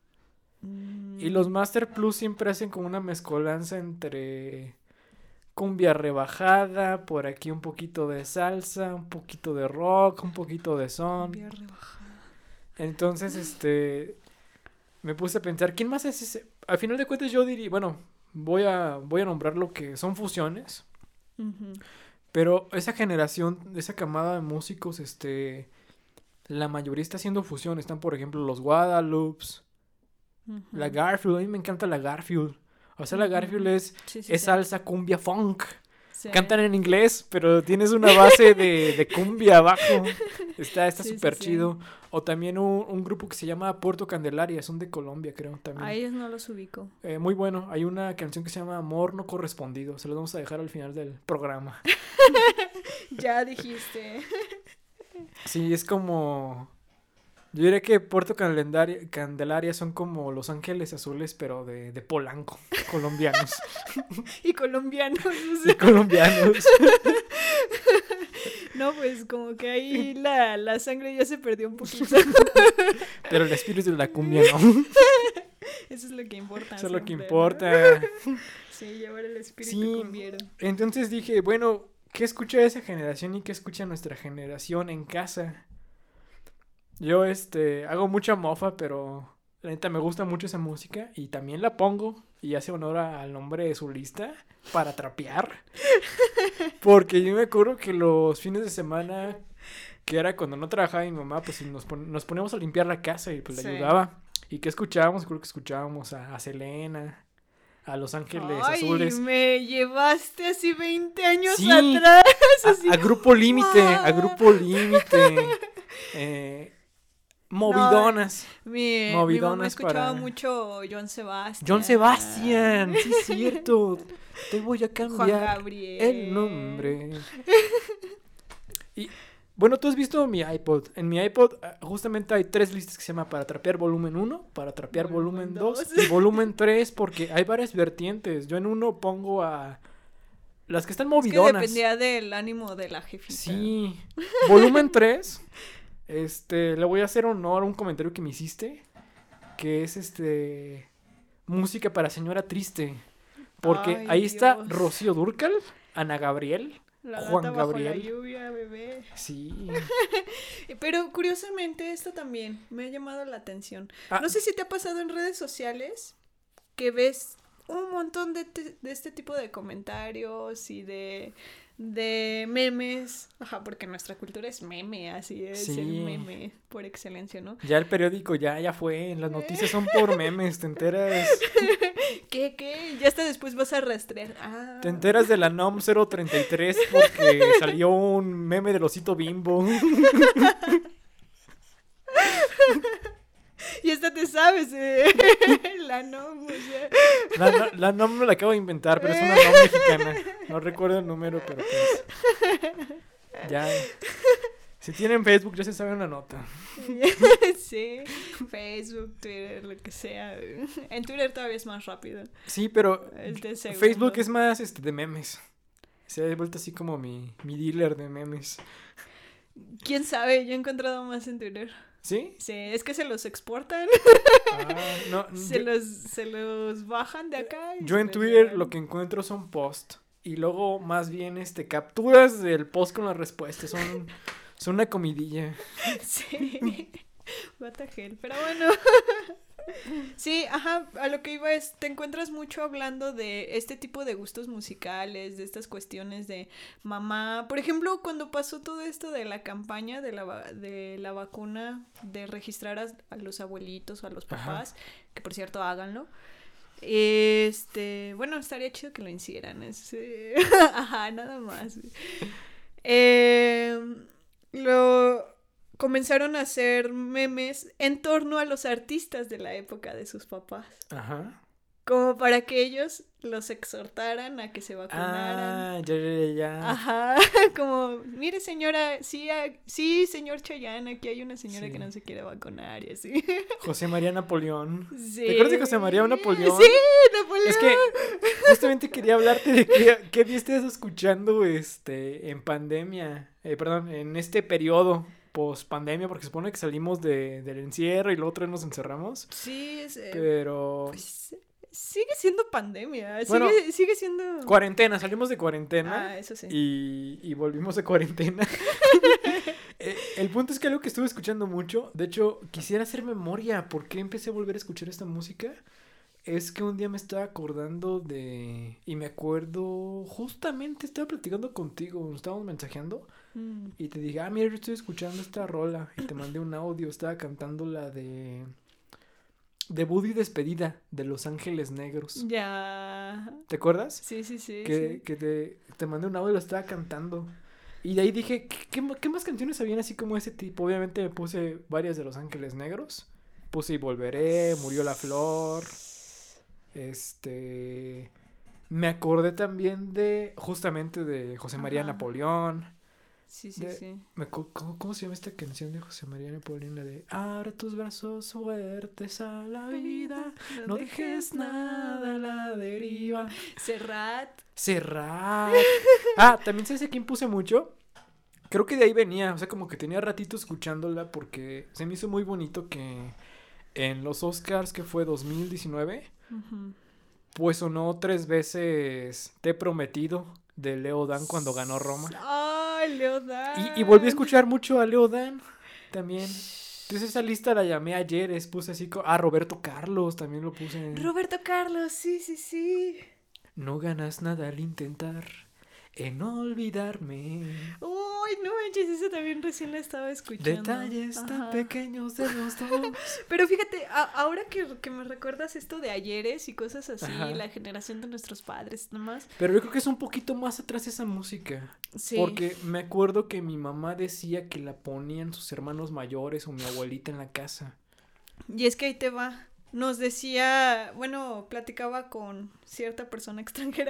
Mm. Y los Master Plus siempre hacen como una mezcolanza entre cumbia rebajada, por aquí un poquito de salsa, un poquito de rock, un poquito de son. Cumbia rebajada. Entonces, este, me puse a pensar, ¿quién más es ese? Al final de cuentas yo diría, bueno, voy a, voy a nombrar lo que son fusiones, Ujú. pero esa generación, esa camada de músicos, este, la mayoría está haciendo fusión. Están, por ejemplo, los Guadalupes, Ujú. la Garfield, a mí me encanta la Garfield. O sea, la Garfield Ujú. es, Sí, sí, es sí. salsa, cumbia, funk. Sí. Cantan en inglés, pero tienes una base de, de cumbia abajo. Está está Sí, sí, súper sí. chido. O también un, un grupo que se llama Puerto Candelaria, son de Colombia, creo, también. A ellos no los ubico. Eh, muy bueno, hay una canción que se llama Amor no correspondido, se los vamos a dejar al final del programa. Ya dijiste. Sí, es como... Yo diría que Puerto Candelaria, Candelaria son como Los Ángeles Azules, pero de, de Polanco, colombianos. Y colombianos. Y colombianos. No, pues como que ahí la, la sangre ya se perdió un poquito. Pero el espíritu de la cumbia no. Eso es lo que importa. Eso es lo que siempre, ¿no? importa. Sí, llevar el espíritu Sí. cumbiero. Entonces dije, bueno, ¿qué escucha esa generación y qué escucha nuestra generación en casa? Yo, este, hago mucha mofa, pero la neta me gusta mucho esa música y también la pongo y hace honor a- al nombre de su lista para trapear. Porque yo me acuerdo que los fines de semana, que era cuando no trabajaba mi mamá, pues nos, pon- nos poníamos a limpiar la casa y pues Sí. le ayudaba. ¿Y qué escuchábamos? Creo que escuchábamos a, a Selena, a Los Ángeles Ay, Azules. me llevaste así veinte años Sí, atrás. Así. A, a Grupo Límite, a ¡Wow! Grupo Límite. Eh, movidonas. Mi, mi mamá Movidonas escuchaba para- mucho John Sebastián. John Sebastián, sí es cierto. Te voy a Juan cambiar Gabriel. el nombre. Y bueno, tú has visto mi iPod. En mi iPod ah, justamente hay tres listas que se llama para trapear volumen uno, para trapear volumen Volumen dos dos. y volumen tres, porque hay varias vertientes. Yo en uno pongo a las que están Es que movidonas. dependía del ánimo de la jefita. Sí. Volumen tres. Este, le voy a hacer honor a un comentario que me hiciste, que es este música para señora triste, porque Ay, ahí está Dios. Rocío Dúrcal, Ana Gabriel, La Juan gata bajo Gabriel. la lluvia, bebé. Sí. Pero curiosamente esto también me ha llamado la atención. Ah, No sé si te ha pasado en redes sociales que ves un montón de, te- de este tipo de comentarios y de, de memes. Ajá, porque nuestra cultura es meme, así es Sí. el meme por excelencia, ¿no? ya el periódico ya ya fue, las noticias son por memes, te enteras, ¿Qué, qué? Ya hasta después vas a rastrear. Ah. te enteras de la N O M cero treinta y tres porque salió un meme del osito Bimbo. Y hasta te sabes, eh. La no, o sea. La, la, la N O M me la acabo de inventar, pero es una N O M mexicana. No recuerdo el número, pero pues. Ya. Si tienen Facebook, ya se sabe una nota. Sí, Facebook, Twitter, lo que sea. En Twitter todavía es más rápido. Sí, pero Es de segundos. Facebook es más este de memes. Se ha vuelto así como mi, mi dealer de memes. ¿Quién sabe? Yo he encontrado más en Twitter. ¿Sí? Sí, es que se los exportan, Ah, no, se yo, los, se los bajan de acá. y yo se en los Twitter llevan. lo que encuentro son posts. Y luego más bien este capturas del post con las respuestas. Son, son una comidilla. Sí. What the hell, pero bueno. Sí, ajá, a lo que iba es, te encuentras mucho hablando de este tipo de gustos musicales, de estas cuestiones de mamá. Por ejemplo, cuando pasó todo esto de la campaña de la, va- de la vacuna, de registrar a, a los abuelitos o a los papás, Ajá. que por cierto háganlo. Este, bueno, estaría chido que lo hicieran. Es, eh, ajá, nada más. Eh, lo comenzaron a hacer memes en torno a los artistas de la época de sus papás, Ajá. como para que ellos los exhortaran a que se vacunaran. Ah, ya, ya, ya, ya. Ajá, como, mire señora, sí, ah, sí, señor Chayanne, aquí hay una señora Sí. que no se quiere vacunar y así. José María Napoleón. Sí. ¿Te acuerdas de José María Napoleón? Sí, Napoleón. Es que justamente quería hablarte de qué, qué día estás escuchando este en pandemia, eh, perdón, en este periodo post pandemia, porque supone que salimos de, del encierro y luego otra vez nos encerramos, Sí, es, eh, pero pues, sigue siendo pandemia, Bueno, sigue, sigue siendo... cuarentena, salimos de cuarentena Ah, eso sí. y, y volvimos de cuarentena. Eh, El punto es que algo que estuve escuchando mucho, de hecho, quisiera hacer memoria, ¿por qué empecé a volver a escuchar esta música? Es que un día me estaba acordando de... Y me acuerdo... Justamente estaba platicando contigo, nos estábamos mensajeando. Mm. Y te dije, ah, mira, yo estoy escuchando esta rola. Y te mandé un audio, estaba cantando la de... Debut y despedida de Los Ángeles Negros. Ya. ¿Te acuerdas? Sí, sí, sí. que sí. que te, te mandé un audio y lo estaba cantando. Y de ahí dije, ¿qué, qué, ma- qué más canciones habían así como ese tipo? Obviamente me puse varias de Los Ángeles Negros. Puse Y Volveré, Murió la Flor. Este... Me acordé también de, justamente de José María Ajá. Napoleón. Sí, sí, de- sí. Me acu- ¿cómo, cómo se llama esta canción de José María Napoleón? La de abre tus brazos fuertes a la vida, no dejes nada a la deriva. Serrat. Serrat. Ah, también sabes a quién puse mucho. Creo que de ahí venía, o sea, como que tenía ratito escuchándola porque se me hizo muy bonito que en los Oscars, que fue dos mil diecinueve, Ujú. pues sonó tres veces Te he prometido de Leo Dan cuando ganó Roma. Ay, Leodán. Y, y volví a escuchar mucho a Leo Dan también. Entonces esa lista la llamé ayer, es, puse así, co- ah, Roberto Carlos también lo puse. en- Roberto Carlos, sí, sí, sí. No ganas nada al intentar en olvidarme. Uy, no manches, eso también recién la estaba escuchando. Detalles tan Ajá. pequeños de los dos. Pero fíjate, a- ahora que, que me recuerdas esto de ayeres y cosas así, Ajá. la generación de nuestros padres, nomás. Pero yo creo que es un poquito más atrás esa música. Sí. Porque me acuerdo que mi mamá decía que la ponían sus hermanos mayores o mi abuelita en la casa. Y es que ahí te va. Nos decía, bueno, platicaba con cierta persona extranjera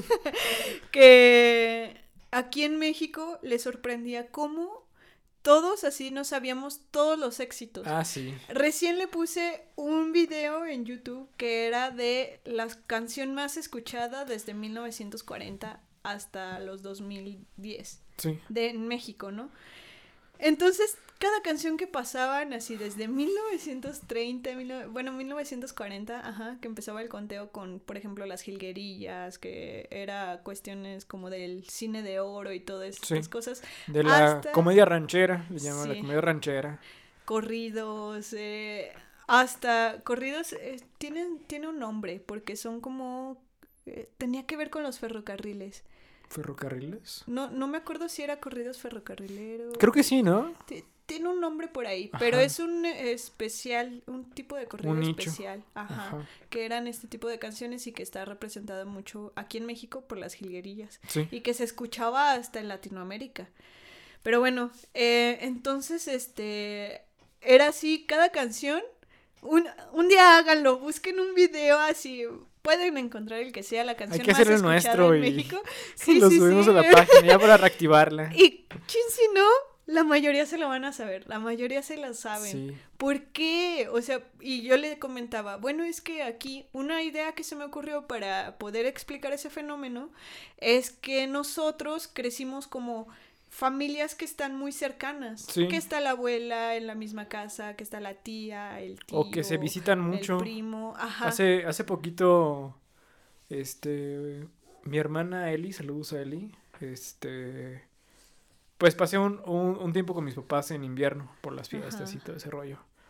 que aquí en México le sorprendía cómo todos así no sabíamos todos los éxitos. Ah, sí. Recién le puse un video en YouTube que era de la canción más escuchada desde mil novecientos cuarenta hasta los dos mil diez Sí. de en México, ¿no? Entonces, cada canción que pasaban así desde mil novecientos treinta, mil nove- bueno, mil novecientos cuarenta, ajá, que empezaba el conteo con, por ejemplo, las jilguerillas, que era cuestiones como del cine de oro y todas estas Sí. cosas, De la Hasta- comedia ranchera, le llaman Sí. la comedia ranchera. corridos, eh, hasta corridos, eh, tienen, tiene un nombre, porque son como, eh, tenía que ver con los ferrocarriles. ¿Ferrocarriles? No, no me acuerdo si era corridos ferrocarrileros. Creo que sí, ¿no? Ti- Tiene un nombre por ahí, pero Ajá. es un eh, especial, un tipo de corrido Un nicho. especial, ajá, Ajá. que eran este tipo de canciones y que está representada mucho aquí en México por las jilguerillas Sí. y que se escuchaba hasta en Latinoamérica. Pero bueno, eh, entonces, este, era así, cada canción, un, un día háganlo, busquen un video así, pueden encontrar el que sea la canción que más hacer el escuchada nuestro en y- México. Y lo subimos a la página ya para reactivarla. Y chin si no, la mayoría se lo van a saber, la mayoría se la saben. Sí. ¿Por qué? O sea, y yo le comentaba, bueno, es que aquí una idea que se me ocurrió para poder explicar ese fenómeno es que nosotros crecimos como familias que están muy cercanas. Sí. Que está la abuela en la misma casa, que está la tía, el tío. O que se visitan mucho. El primo, ajá. Hace, hace poquito, este, mi hermana Eli, saludos a Eli, este, pues pasé un, un, un tiempo con mis papás en invierno por las fiestas Ajá. y todo ese rollo.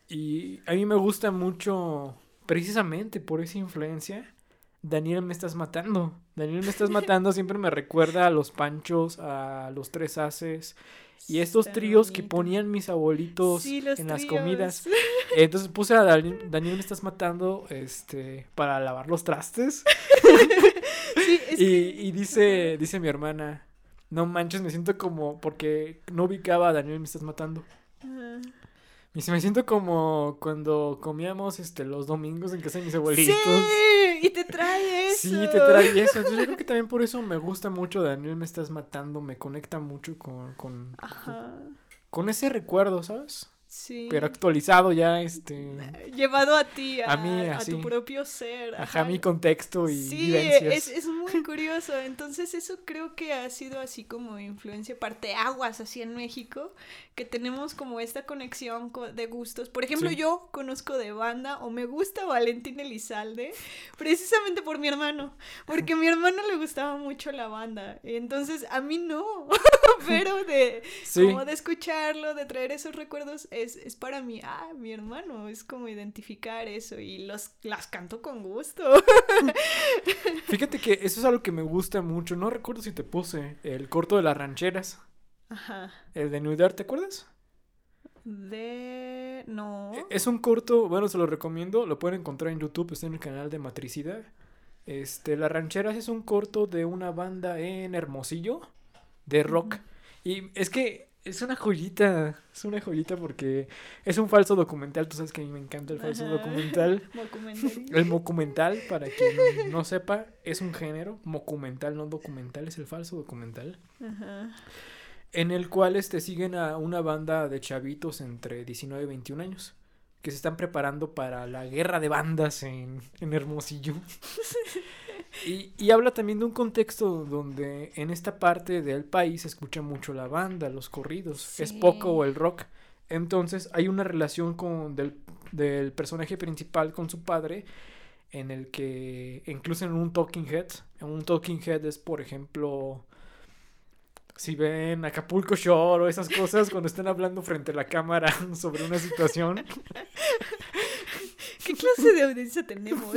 Y a mí me gusta mucho, precisamente por esa influencia, Daniel me estás matando. Daniel me estás matando siempre me recuerda a los Panchos, a los Tres Haces y estos Tan tríos que bonito. ponían mis abuelitos Sí, los en las tríos. comidas. Entonces puse a Daniel, Daniel me estás matando este para lavar los trastes. Sí, es y, que- y dice, dice mi hermana, no manches, me siento como, porque no ubicaba a Daniel me estás matando. Ajá. Y se me siento como cuando comíamos este los domingos en casa de mis abuelitos. Sí, y te trae eso. Sí, te trae eso. Entonces yo creo que también por eso me gusta mucho Daniel me estás matando, me conecta mucho con, con, Ajá. con ese recuerdo, ¿sabes? Sí. Pero actualizado ya, este, Llevado a ti, a, A mí, a así. tu propio ser. ajá, mi contexto y Sí, vivencias. es, es muy curioso. Entonces eso creo que ha sido así como influencia parteaguas así en México, que tenemos como esta conexión co- de gustos. Por ejemplo, Sí. yo conozco de banda o me gusta Valentín Elizalde precisamente por mi hermano, porque a mi hermano le gustaba mucho la banda. Entonces a mí no, pero de Sí. como de escucharlo, de traer esos recuerdos, es, es para mí, ah, mi hermano, es como identificar eso y los las canto con gusto. Fíjate que eso es algo que me gusta mucho. No recuerdo si te puse el corto de las rancheras, Ajá. el de Nudar, ¿te acuerdas? De... No. Es un corto, bueno, se lo recomiendo, lo pueden encontrar en YouTube, está en el canal de Matricidad. Este, Las Rancheras es un corto de una banda en Hermosillo de rock. Y es que es una joyita, es una joyita porque es un falso documental, tú sabes que a mí me encanta el falso Ajá. documental. Documentary. El mocumental, para quien no sepa, es un género, mocumental, no documental, es el falso documental. Ajá. En el cual este, siguen a una banda de chavitos entre diecinueve y veintiún años que se están preparando para la guerra de bandas en, en Hermosillo. y, y habla también de un contexto donde en esta parte del país se escucha mucho la banda, los corridos, es Sí. poco el rock. Entonces hay una relación con del, del personaje principal con su padre en el que incluso en un talking head, en un talking head es por ejemplo... Si ven Acapulco Shore o esas cosas cuando están hablando frente a la cámara sobre una situación. ¿Qué clase de audiencia tenemos?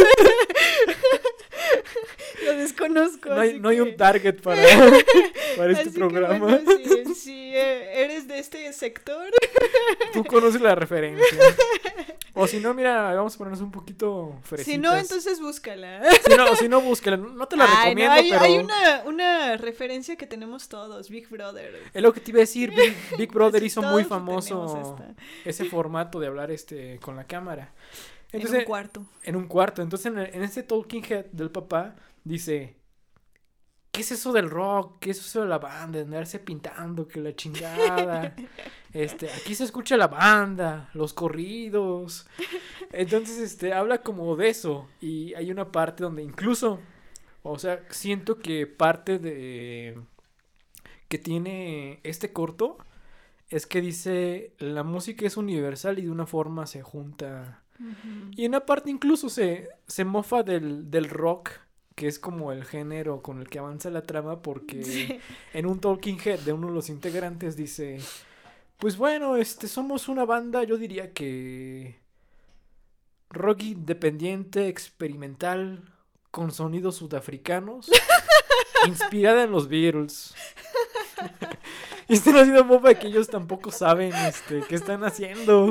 Lo desconozco. No hay, así no hay que- un target para, para este así que programa. bueno, si, si, eh, eres de este sector, Tú conoces la referencia. O si no, mira, vamos a ponernos un poquito fresitas. si no, entonces búscala. Si no, si no, búscala. No, no te la Ay, no, recomiendo, hay, pero... hay una, una referencia que tenemos todos, Big Brother. Es lo que te iba a decir. Big, Big Brother Sí, hizo todos muy tenemos famoso esta. ese formato de hablar este con la cámara. En Entonces, un cuarto. en un cuarto. Entonces, en, el- en ese talking head del papá, dice: ¿qué es eso del rock? ¿Qué es eso de la banda? De andarse pintando, que la chingada. Este, aquí se escucha la banda, los corridos. Entonces, este, habla como de eso. Y hay una parte donde incluso, o sea, siento que parte de que tiene este corto es que dice la música es universal y de una forma se junta. Ujú. Y en una parte incluso se, se mofa del, del rock, que es como el género con el que avanza la trama, porque Sí. en un talking head de uno de los integrantes dice, pues bueno, este somos una banda, yo diría que rock independiente, experimental, con sonidos sudafricanos, inspirada en los Beatles. Y están haciendo mofa de que ellos tampoco saben este, qué están haciendo.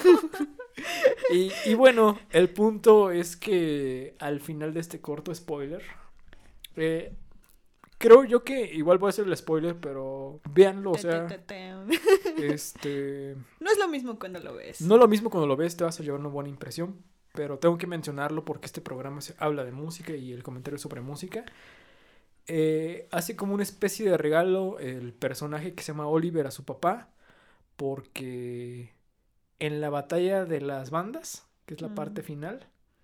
Y, y bueno, el punto es que al final de este corto, spoiler, eh, creo yo que igual voy a hacer el spoiler, pero véanlo, o sea, Te, te, te, este, No es lo mismo cuando lo ves. no lo mismo cuando lo ves, te vas a llevar una buena impresión, pero tengo que mencionarlo porque este programa se habla de música y el comentario es sobre música. Eh, hace como una especie de regalo el personaje que se llama Oliver a su papá, porque en la batalla de las bandas, que es la Mm. parte final,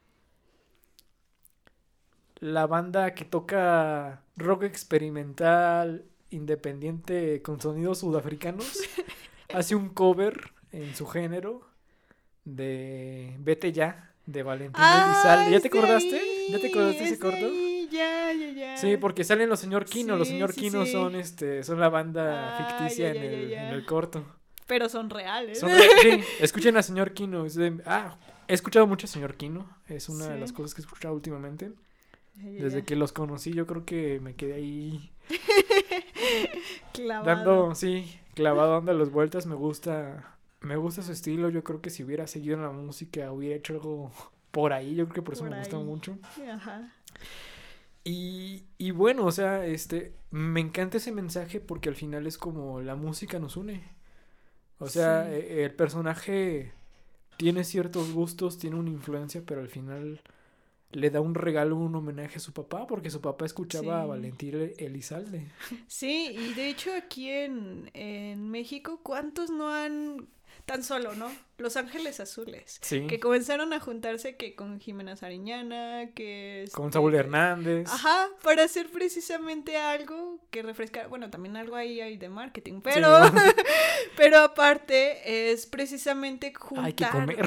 la banda que toca rock experimental independiente con sonidos sudafricanos hace un cover en su género de Vete Ya de Valentín Ah, Elizalde. ¿Ya es te de acordaste? ahí, ¿Ya te acordaste de ese es de corto? ahí, ya, ya, ya. Sí, porque salen los señor Kino, los Sí, señor sí, Kino sí. son este son la banda Ah, ficticia ya, en, ya, el, ya, ya. en el corto. Pero son reales. Son re- sí, escuchen a señor Kino. Es de- ah, he escuchado mucho a señor Kino. Es una Sí. de las cosas que he escuchado últimamente. Ay, Desde ya. que los conocí, yo creo que me quedé ahí Clavado. dando, sí, clavado, dando las vueltas. Me gusta, me gusta su estilo. Yo creo que si hubiera seguido en la música, hubiera hecho algo por ahí. Yo creo que por eso Por me gusta ahí. mucho. Ajá. Y, y bueno, o sea, este, me encanta ese mensaje porque al final es como la música nos une. O sea, Sí. e- el personaje tiene ciertos gustos, tiene una influencia, pero al final le da un regalo, un homenaje a su papá, porque su papá escuchaba a Sí. Valentín El- Elizalde. Sí, y de hecho aquí en, en México, ¿cuántos no han... Tan solo, ¿no? Los Ángeles Azules. Sí. Que comenzaron a juntarse que con Jimena Sariñana, que... Con este, Saúl Hernández. Ajá, para hacer precisamente algo que refrescar, bueno, también algo ahí hay de marketing, pero, Sí. pero aparte es precisamente juntar Hay que comer.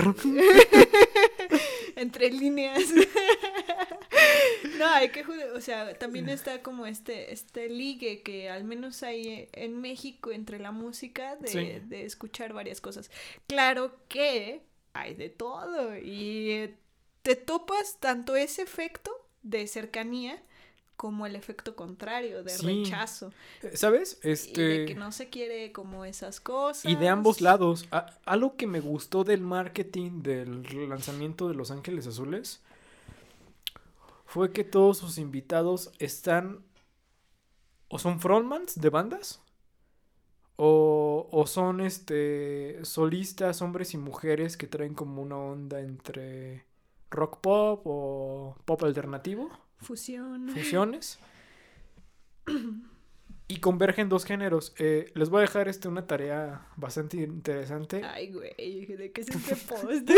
entre líneas. No, hay que, ju- o sea, también está como este, este ligue que al menos hay en México entre la música de, Sí. de escuchar varias cosas. Claro que hay de todo y eh, te topas tanto ese efecto de cercanía como el efecto contrario de Sí. rechazo ¿Sabes? y de Este... que no se quiere como esas cosas. Y de ambos lados. A- algo que me gustó del marketing del lanzamiento de Los Ángeles Azules fue que todos sus invitados están o son frontmans de bandas o, o son este solistas, hombres y mujeres que traen como una onda entre rock pop o pop alternativo, Fusión. fusiones. Y convergen dos géneros. Eh, les voy a dejar este una tarea bastante interesante. Ay, güey, ¿de qué es este post?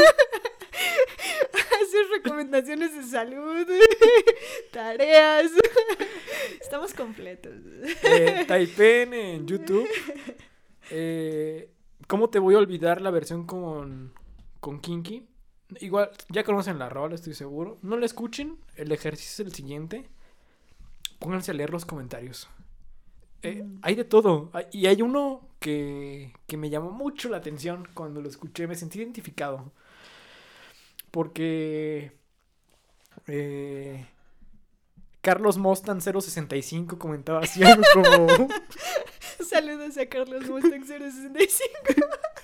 Hacer recomendaciones de salud, tareas. Estamos completos. Eh, typeen en YouTube. Eh, ¿Cómo te voy a olvidar la versión con, con Kinky? Igual, ya conocen la rola, estoy seguro. No la escuchen. El ejercicio es el siguiente. Pónganse a leer los comentarios. Eh, Mm. Hay de todo. Hay- Y hay uno que, que me llamó mucho la atención cuando lo escuché. Me sentí identificado. Porque eh, Carlos Mostan cero sesenta y cinco comentaba así algo como... Saludos a Carlos Mustang cero sesenta y cinco.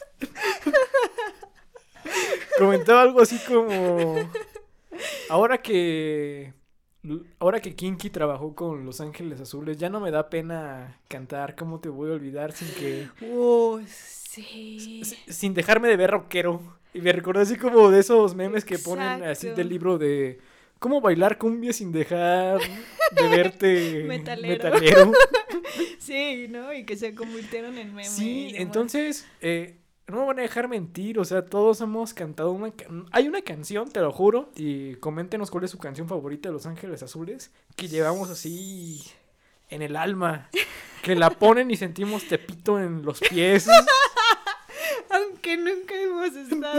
Comentaba algo así como... Ahora que... Ahora que Kinky trabajó con Los Ángeles Azules, ya no me da pena cantar ¿Cómo te voy a olvidar? Sin que... Oh, sí. s- Sin dejarme de ver rockero. Y me recordó así como de esos memes que ponen así Exacto. del libro de... ¿Cómo bailar cumbia sin dejar de verte Metalero. metalero? Sí, ¿no? Y que se convirtieron en memes. Sí, y demás. entonces, eh, no me van a dejar mentir, o sea, todos hemos cantado una... ca- Hay una canción, te lo juro, y coméntenos cuál es su canción favorita de Los Ángeles Azules, que llevamos así en el alma, que la ponen y sentimos tepito en los pies. Aunque nunca hemos estado.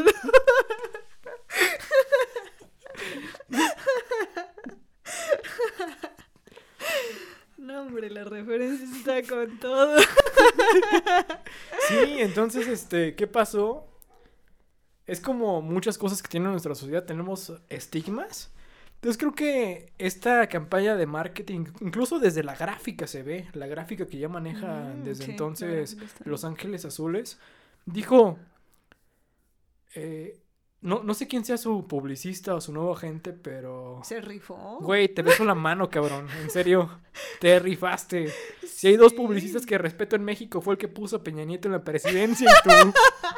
No, hombre, la referencia está con todo. Sí, entonces, este, ¿qué pasó? Es como muchas cosas que tiene nuestra sociedad, tenemos estigmas. Entonces creo que esta campaña de marketing, incluso desde la gráfica se ve, la gráfica que ya maneja Mm, desde sí, entonces claro, está. Los Ángeles Azules, dijo, eh, no, no sé quién sea su publicista o su nuevo agente, pero... Se rifó. Güey, te beso la mano, cabrón, en serio, te rifaste. Si hay dos Sí. publicistas que respeto en México, fue el que puso a Peña Nieto en la presidencia y tú...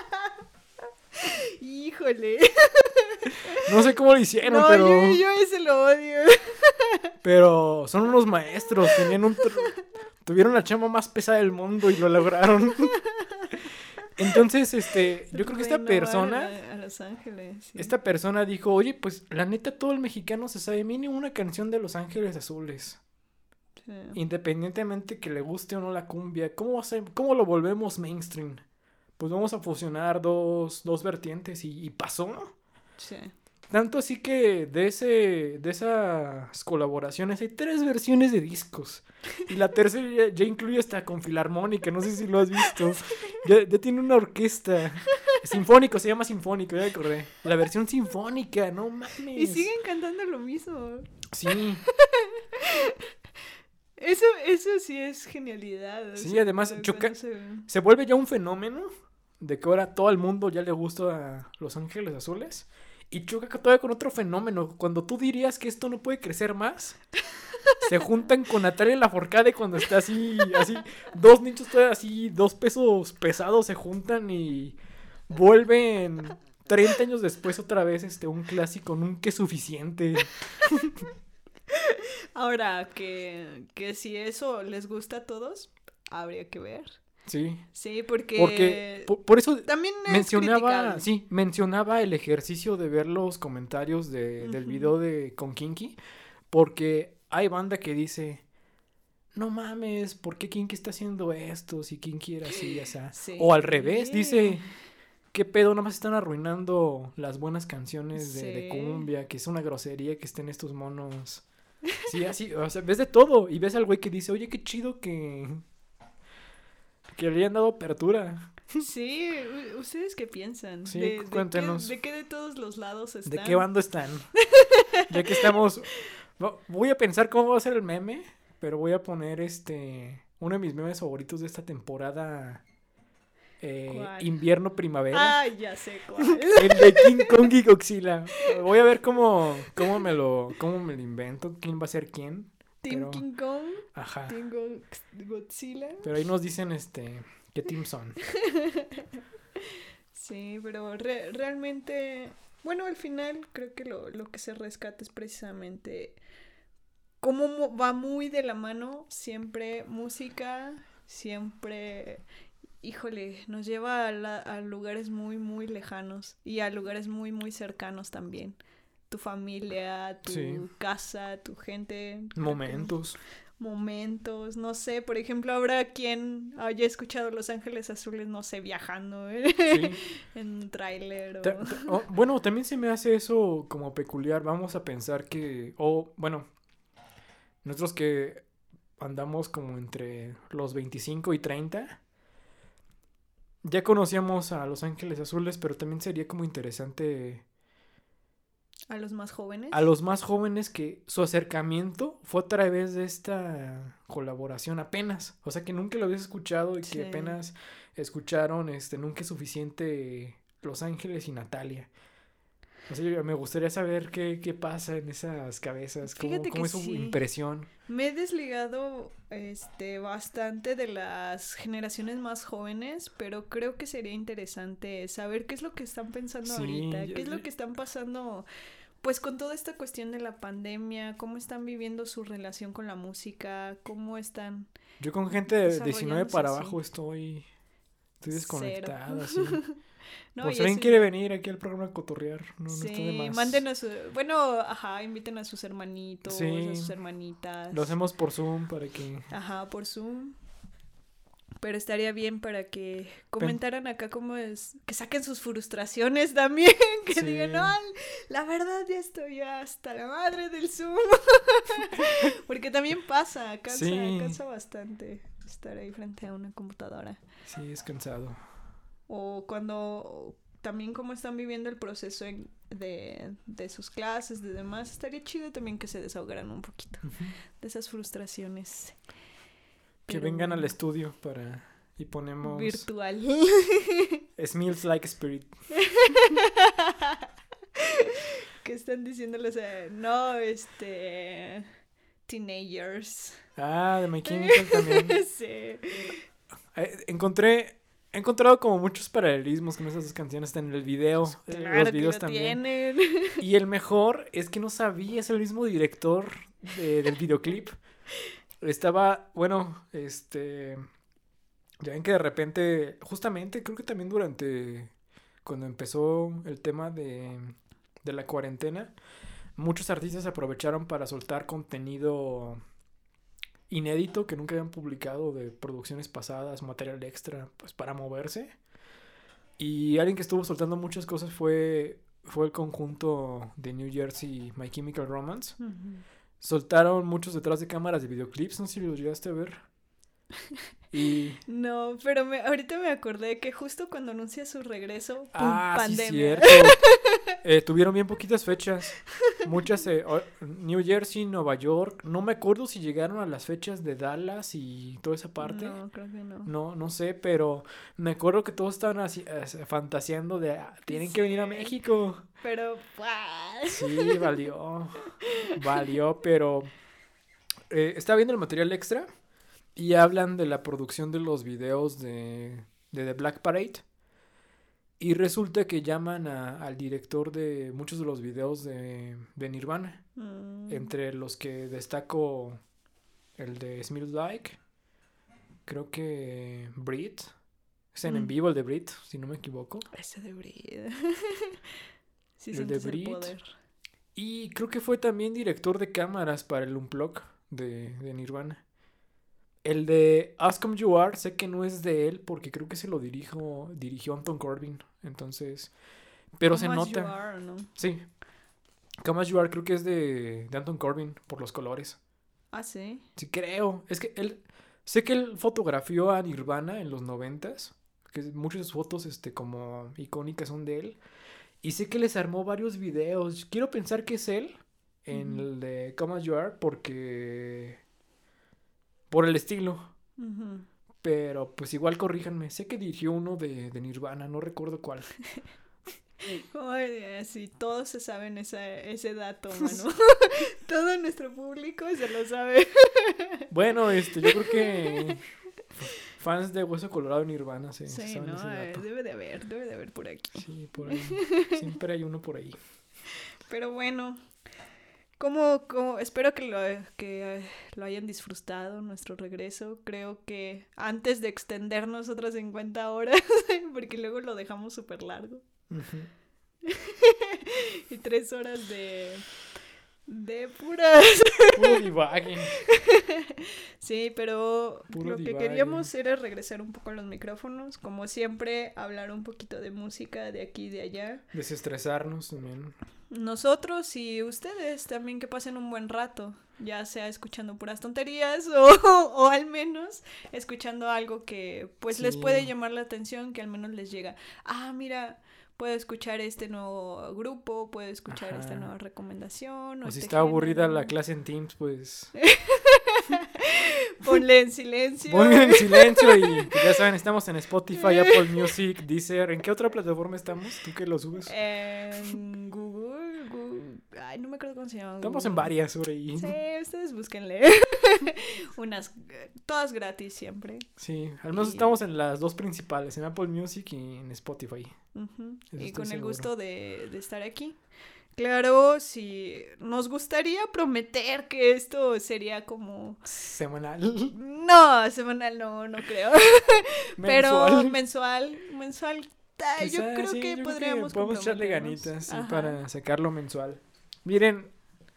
Híjole. No sé cómo lo hicieron, No, pero... yo, yo ese lo odio. Pero son unos maestros, tenían un tr- tuvieron la chamba más pesada del mundo y lo lograron. Entonces, este, yo creo que esta Renovar persona, A, a Los Ángeles. Sí. esta persona dijo, oye, pues la neta todo el mexicano se sabe mínimo una canción de Los Ángeles Azules. Sí. Independientemente que le guste o no la cumbia, ¿cómo, hace- cómo lo volvemos mainstream? Pues vamos a fusionar dos, dos vertientes y, y pasó. Sí. Tanto así que de ese de esas colaboraciones hay tres versiones de discos. Y la tercera ya, ya incluye hasta con filarmónica, no sé si lo has visto. Ya, ya tiene una orquesta. Sinfónico, se llama Sinfónico, ya me acordé. La versión sinfónica, no mames. Y siguen cantando lo mismo. Sí. Eso, eso sí es genialidad. Sí, o sea, además, cuando choca- se- Se vuelve ya un fenómeno de que ahora todo el mundo ya le gusta a Los Ángeles Azules. Y choca todavía con otro fenómeno. Cuando tú dirías que esto no puede crecer más, se juntan con Natalia Lafourcade cuando está así, así, dos nichos todavía así, dos pesos pesados se juntan y vuelven treinta años después otra vez este un clásico, nunca es suficiente. Ahora, que, que si eso les gusta a todos, habría que ver. Sí. Sí, porque... Porque por, por eso también es mencionaba, criticable. sí, mencionaba el ejercicio de ver los comentarios de, del Ujú. video de con Kinky, porque hay banda que dice, no mames, ¿por qué Kinky está haciendo esto? Si Kinky era así, ya sea. Sí. O al revés, dice, ¿qué pedo? Nomás están arruinando las buenas canciones de, de Sí. cumbia, que es una grosería que estén estos monos. Sí, así, o sea, ves de todo, y ves al güey que dice, oye, qué chido que... que le hayan dado apertura. Sí, u- ¿ustedes qué piensan? Sí, de, de cuéntenos. qué, de qué de todos los lados están? ¿De qué bando están? Ya que estamos... vo- Voy a pensar cómo va a ser el meme, pero voy a poner este... uno de mis memes favoritos de esta temporada... eh, ¿Cuál? invierno-primavera. Ay, ya sé cuál. El de King Kong y Godzilla. Voy a ver cómo, cómo me lo cómo me lo invento, quién va a ser quién. Team Pero- King Kong, Ajá. Team Go- Godzilla. Pero ahí nos dicen este qué team son. Sí, pero re- realmente, bueno, al final creo que lo, lo que se rescata es precisamente cómo mu- va muy de la mano siempre música, siempre, híjole, nos lleva a, la- a lugares muy, muy lejanos y a lugares muy, muy cercanos también. Tu familia, tu Sí. casa, tu gente. Momentos. Momentos, no sé, por ejemplo, habrá quien haya escuchado Los Ángeles Azules, no sé, viajando ¿eh? Sí. en un tráiler o... Ta- ta- oh, bueno, también se me hace eso como peculiar. Vamos a pensar que o bueno, nosotros que andamos como entre los veinticinco y treinta ya conocíamos a Los Ángeles Azules, pero también sería como interesante A los más jóvenes. a los más jóvenes que su acercamiento fue a través de esta colaboración apenas. O sea, que nunca lo habías escuchado y Sí. que apenas escucharon este Nunca es suficiente Los Ángeles y Natalia. O sea, yo- me gustaría saber qué, qué pasa en esas cabezas, cómo, Fíjate cómo que es su sí. impresión. Me he desligado este bastante de las generaciones más jóvenes, pero creo que sería interesante saber qué es lo que están pensando Sí, ahorita, ya- qué es lo ya- que están pasando pues con toda esta cuestión de la pandemia, cómo están viviendo su relación con la música, cómo están Yo con gente de diecinueve desarrollándose para así. abajo estoy, estoy Cero. desconectado, así. No, Por y si alguien eso- quiere venir aquí al programa a cotorrear, no, no está de Sí, más. mándenos, su- bueno, ajá, inviten a sus hermanitos, Sí. a sus hermanitas. Lo hacemos por Zoom para que... Ajá, por Zoom. Pero estaría bien para que comentaran acá cómo es, que saquen sus frustraciones también, que Sí. digan, no, la verdad ya estoy hasta la madre del Zoom. Porque también pasa, cansa, Sí. cansa bastante estar ahí frente a una computadora. Sí, es cansado. O cuando también cómo están viviendo el proceso en- de, de sus clases, de demás, estaría chido también que se desahogaran un poquito Ujú. de esas frustraciones. Que Pero vengan al estudio para... Y ponemos... virtual. Smells Like Spirit. Que están diciéndoles, eh, no, este... Teenagers. Ah, de My Chemical también. Sí. Eh, encontré... He encontrado como muchos paralelismos con esas dos canciones en el video. eh, Claro los que videos lo también. tienen. Y el mejor es que no sabía, es el mismo director de- del videoclip. Estaba, bueno, este... Ya ven que de repente, justamente, creo que también durante... Cuando empezó el tema de, de la cuarentena, muchos artistas aprovecharon para soltar contenido inédito que nunca habían publicado de producciones pasadas, material extra, pues para moverse. Y alguien que estuvo soltando muchas cosas fue fue el conjunto de New Jersey My Chemical Romance. Ujú. Soltaron muchos detrás de cámaras de videoclips, no sé si los llegaste a ver. Y... No, pero me, ahorita me acordé que justo cuando anuncia su regreso, ¡pum! Ah, sí, Pandemia. cierto. Eh, tuvieron bien poquitas fechas. Muchas, eh, o- New Jersey, Nueva York. No me acuerdo si llegaron a las fechas de Dallas y toda esa parte. No, creo que no. No, no sé, pero me acuerdo que todos estaban así, eh, fantaseando de, "Ah, tienen que venir a Sí. México". Pero, ¡guau! Sí, valió. Valió, pero eh, estaba viendo el material extra y hablan de la producción de los videos de, de The Black Parade. Y resulta que llaman a- al director de muchos de los videos de, de Nirvana. Mm. Entre los que destaco el de Smells Like. Creo que Brit. Es en, en Mm. vivo el de Brit, si no me equivoco. Ese de Brit. Sí, El sientes de el Brit. poder. Y creo que fue también director de cámaras para el Unplug de, de Nirvana. El de Ask Come You Are, sé que no es de él porque creo que se lo dirijo, dirigió Anton Corbin. Entonces, pero se Como As You nota. Are, ¿no? Sí. Come As You Are creo que es de, de Anton Corbin por los colores. Ah, sí. Sí, creo. Es que él, sé que él fotografió a Nirvana en los noventas. Que muchas de sus fotos, este, como icónicas son de él. Y sé que les armó varios videos. Quiero pensar que es él en Ujú. el de Come As You Are porque... por el estilo. Ujú. Pero pues igual corríjanme. Sé que dirigió uno de, de Nirvana, no recuerdo cuál. Ay, así, todos se saben esa, ese dato, mano. Todo nuestro público se lo sabe. Bueno, este, yo creo que fans de Hueso Colorado y Nirvana se, se Sí, saben ¿no? ese Eh, dato. debe de haber, debe de haber por aquí. Sí, por ahí. Siempre hay uno por ahí. Pero bueno, como, como espero que lo, que eh, lo hayan disfrutado nuestro regreso. Creo que antes de extendernos otras cincuenta horas, porque luego lo dejamos súper largo. Ujú. Y tres horas de, de puras. Puro divague. Sí, pero Puro lo que divague. queríamos era regresar un poco a los micrófonos. Como siempre, hablar un poquito de música de aquí y de allá. Desestresarnos también. Nosotros y ustedes también que pasen un buen rato, ya sea escuchando puras tonterías o, o al menos escuchando algo que pues les Sí. puede llamar la atención, que al menos les llega. Ah, mira, puedo escuchar este nuevo grupo, puedo escuchar Ajá. esta nueva recomendación. O, O si este está aburrida género. la clase en Teams, pues Ponle en silencio. pongan en silencio y pues, ya saben, estamos en Spotify, Apple Music, Deezer. ¿En qué otra plataforma estamos? ¿Tú que lo subes? En Google, Google. Ay, no me acuerdo cómo se llama. Estamos en Google. varias por ahí. Sí, ustedes búsquenle. Unas, eh, todas gratis siempre. Sí, al menos Y- estamos en las dos principales, en Apple Music y en Spotify. Ujú. Eso Y estoy con el seguro. gusto de, de estar aquí. Claro, si nos gustaría prometer que esto sería como... Semanal. No, semanal no, no creo. Pero Mensual. mensual, mensual. ah, yo Quizá, creo sí, que yo creo podríamos podemos echarle comprometernos. ganitas sí, Ajá. para sacarlo mensual. Miren,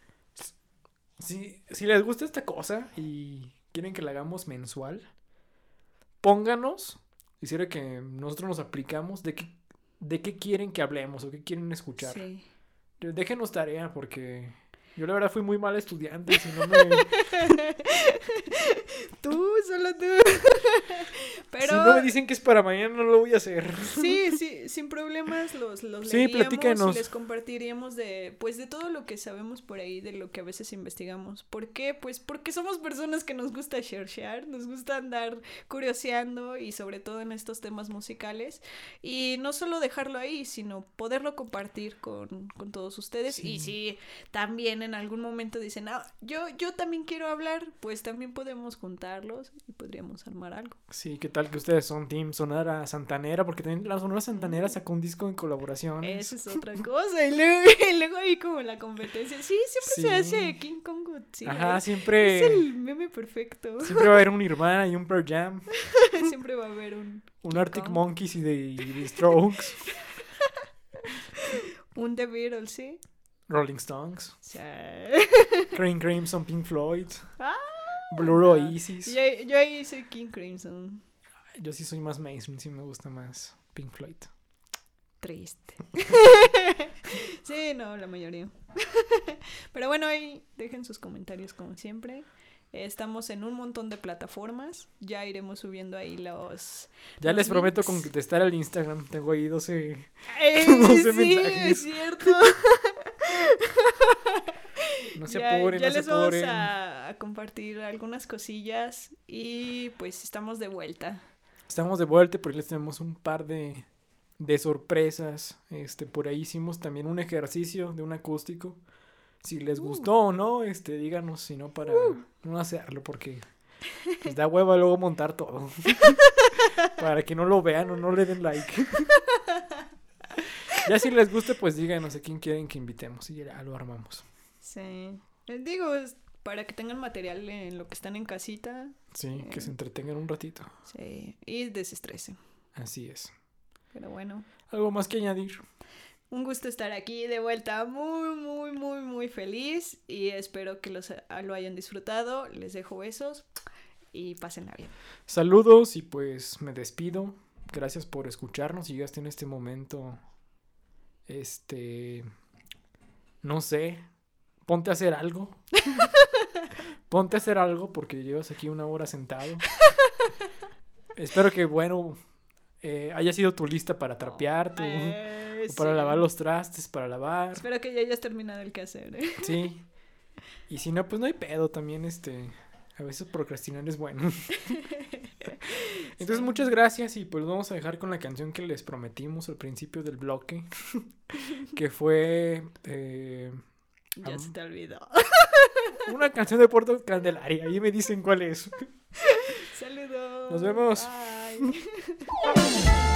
si, si les gusta esta cosa y quieren que la hagamos mensual, pónganos, quisiera que nosotros nos aplicamos de qué, de qué quieren que hablemos o qué quieren escuchar. Sí. Déjenos tarea porque yo la verdad fui muy mal estudiante, si no me... Tú, solo tú. Pero Si no me dicen que es para mañana, no lo voy a hacer. sí, sí, sin problemas los, los Sí, leeríamos platíquenos. y les compartiríamos de, pues, de todo lo que sabemos por ahí, de lo que a veces investigamos. ¿Por qué? Pues porque somos personas que nos gusta sharear, nos gusta andar curioseando y sobre todo en estos temas musicales. Y no solo dejarlo ahí, sino poderlo compartir con, con todos ustedes. Sí. Y si también en algún momento dicen, ah, yo, yo también quiero hablar, pues también podemos juntarlos y podríamos armar algo. Sí, ¿qué tal que ustedes son Team Sonora Santanera? Porque también la Sonora Santanera sacó un disco en colaboración. Esa es otra cosa. Y luego, y luego ahí como la competencia. Sí, siempre Sí. se hace King Kong Godzilla. Ajá, Es siempre, el meme perfecto. siempre va a haber un Nirvana y un Pearl Jam, Siempre va a haber un, un King Arctic Kong. Monkeys y de, y de Strokes, un The Beatles, ¿sí? Rolling Stones, O sea, Cream Crimson, Pink Floyd, ah, Blur no. Oasis. yo, yo ahí soy King Crimson. Yo sí soy más mainstream, sí me gusta más Pink Floyd. Triste. Sí, no, la mayoría. Pero bueno, ahí dejen sus comentarios como siempre. Estamos en un montón de plataformas. Ya iremos subiendo ahí los... Ya los les prometo links. contestar al Instagram. Tengo ahí doce... Eh, doce sí, mensajes. es cierto. No se ya, apuren, ya no se les vamos apuren. a, a compartir algunas cosillas. Y pues estamos de vuelta. Estamos de vuelta, por ahí les tenemos un par de, de sorpresas. Este, por ahí hicimos también un ejercicio de un acústico. Si les Uh. gustó o no, este, díganos, si no, para no hacerlo, porque les da hueva luego montar todo. Para que no lo vean o no le den like. Ya si les gusta, pues díganos a quién quieren que invitemos y ya lo armamos. Sí. Les digo, es para que tengan material en lo que están en casita. Sí, que se entretengan un ratito. Sí. Y desestresen. Así es. Pero bueno. ¿Algo más que añadir? Un gusto estar aquí de vuelta, muy, muy, muy, muy feliz y espero que los, lo hayan disfrutado. Les dejo besos y pásenla bien. Saludos y pues me despido. Gracias por escucharnos. Si llegaste en este momento, este, no sé, ponte a hacer algo. Ponte a hacer algo porque llevas aquí una hora sentado. Espero que, bueno, eh, haya sido tu lista para trapear, tu... Eh, O para sí. lavar los trastes, para lavar. Espero que ya hayas terminado el quehacer, ¿eh? Sí. Y si no, pues no hay pedo también, este... A veces procrastinar es bueno. Entonces, Sí. muchas gracias y pues vamos a dejar con la canción que les prometimos al principio del bloque. Que fue... Eh, Ya um, se te olvidó. una canción de Puerto Candelaria. Ahí me dicen cuál es. Saludos. Nos vemos. Bye.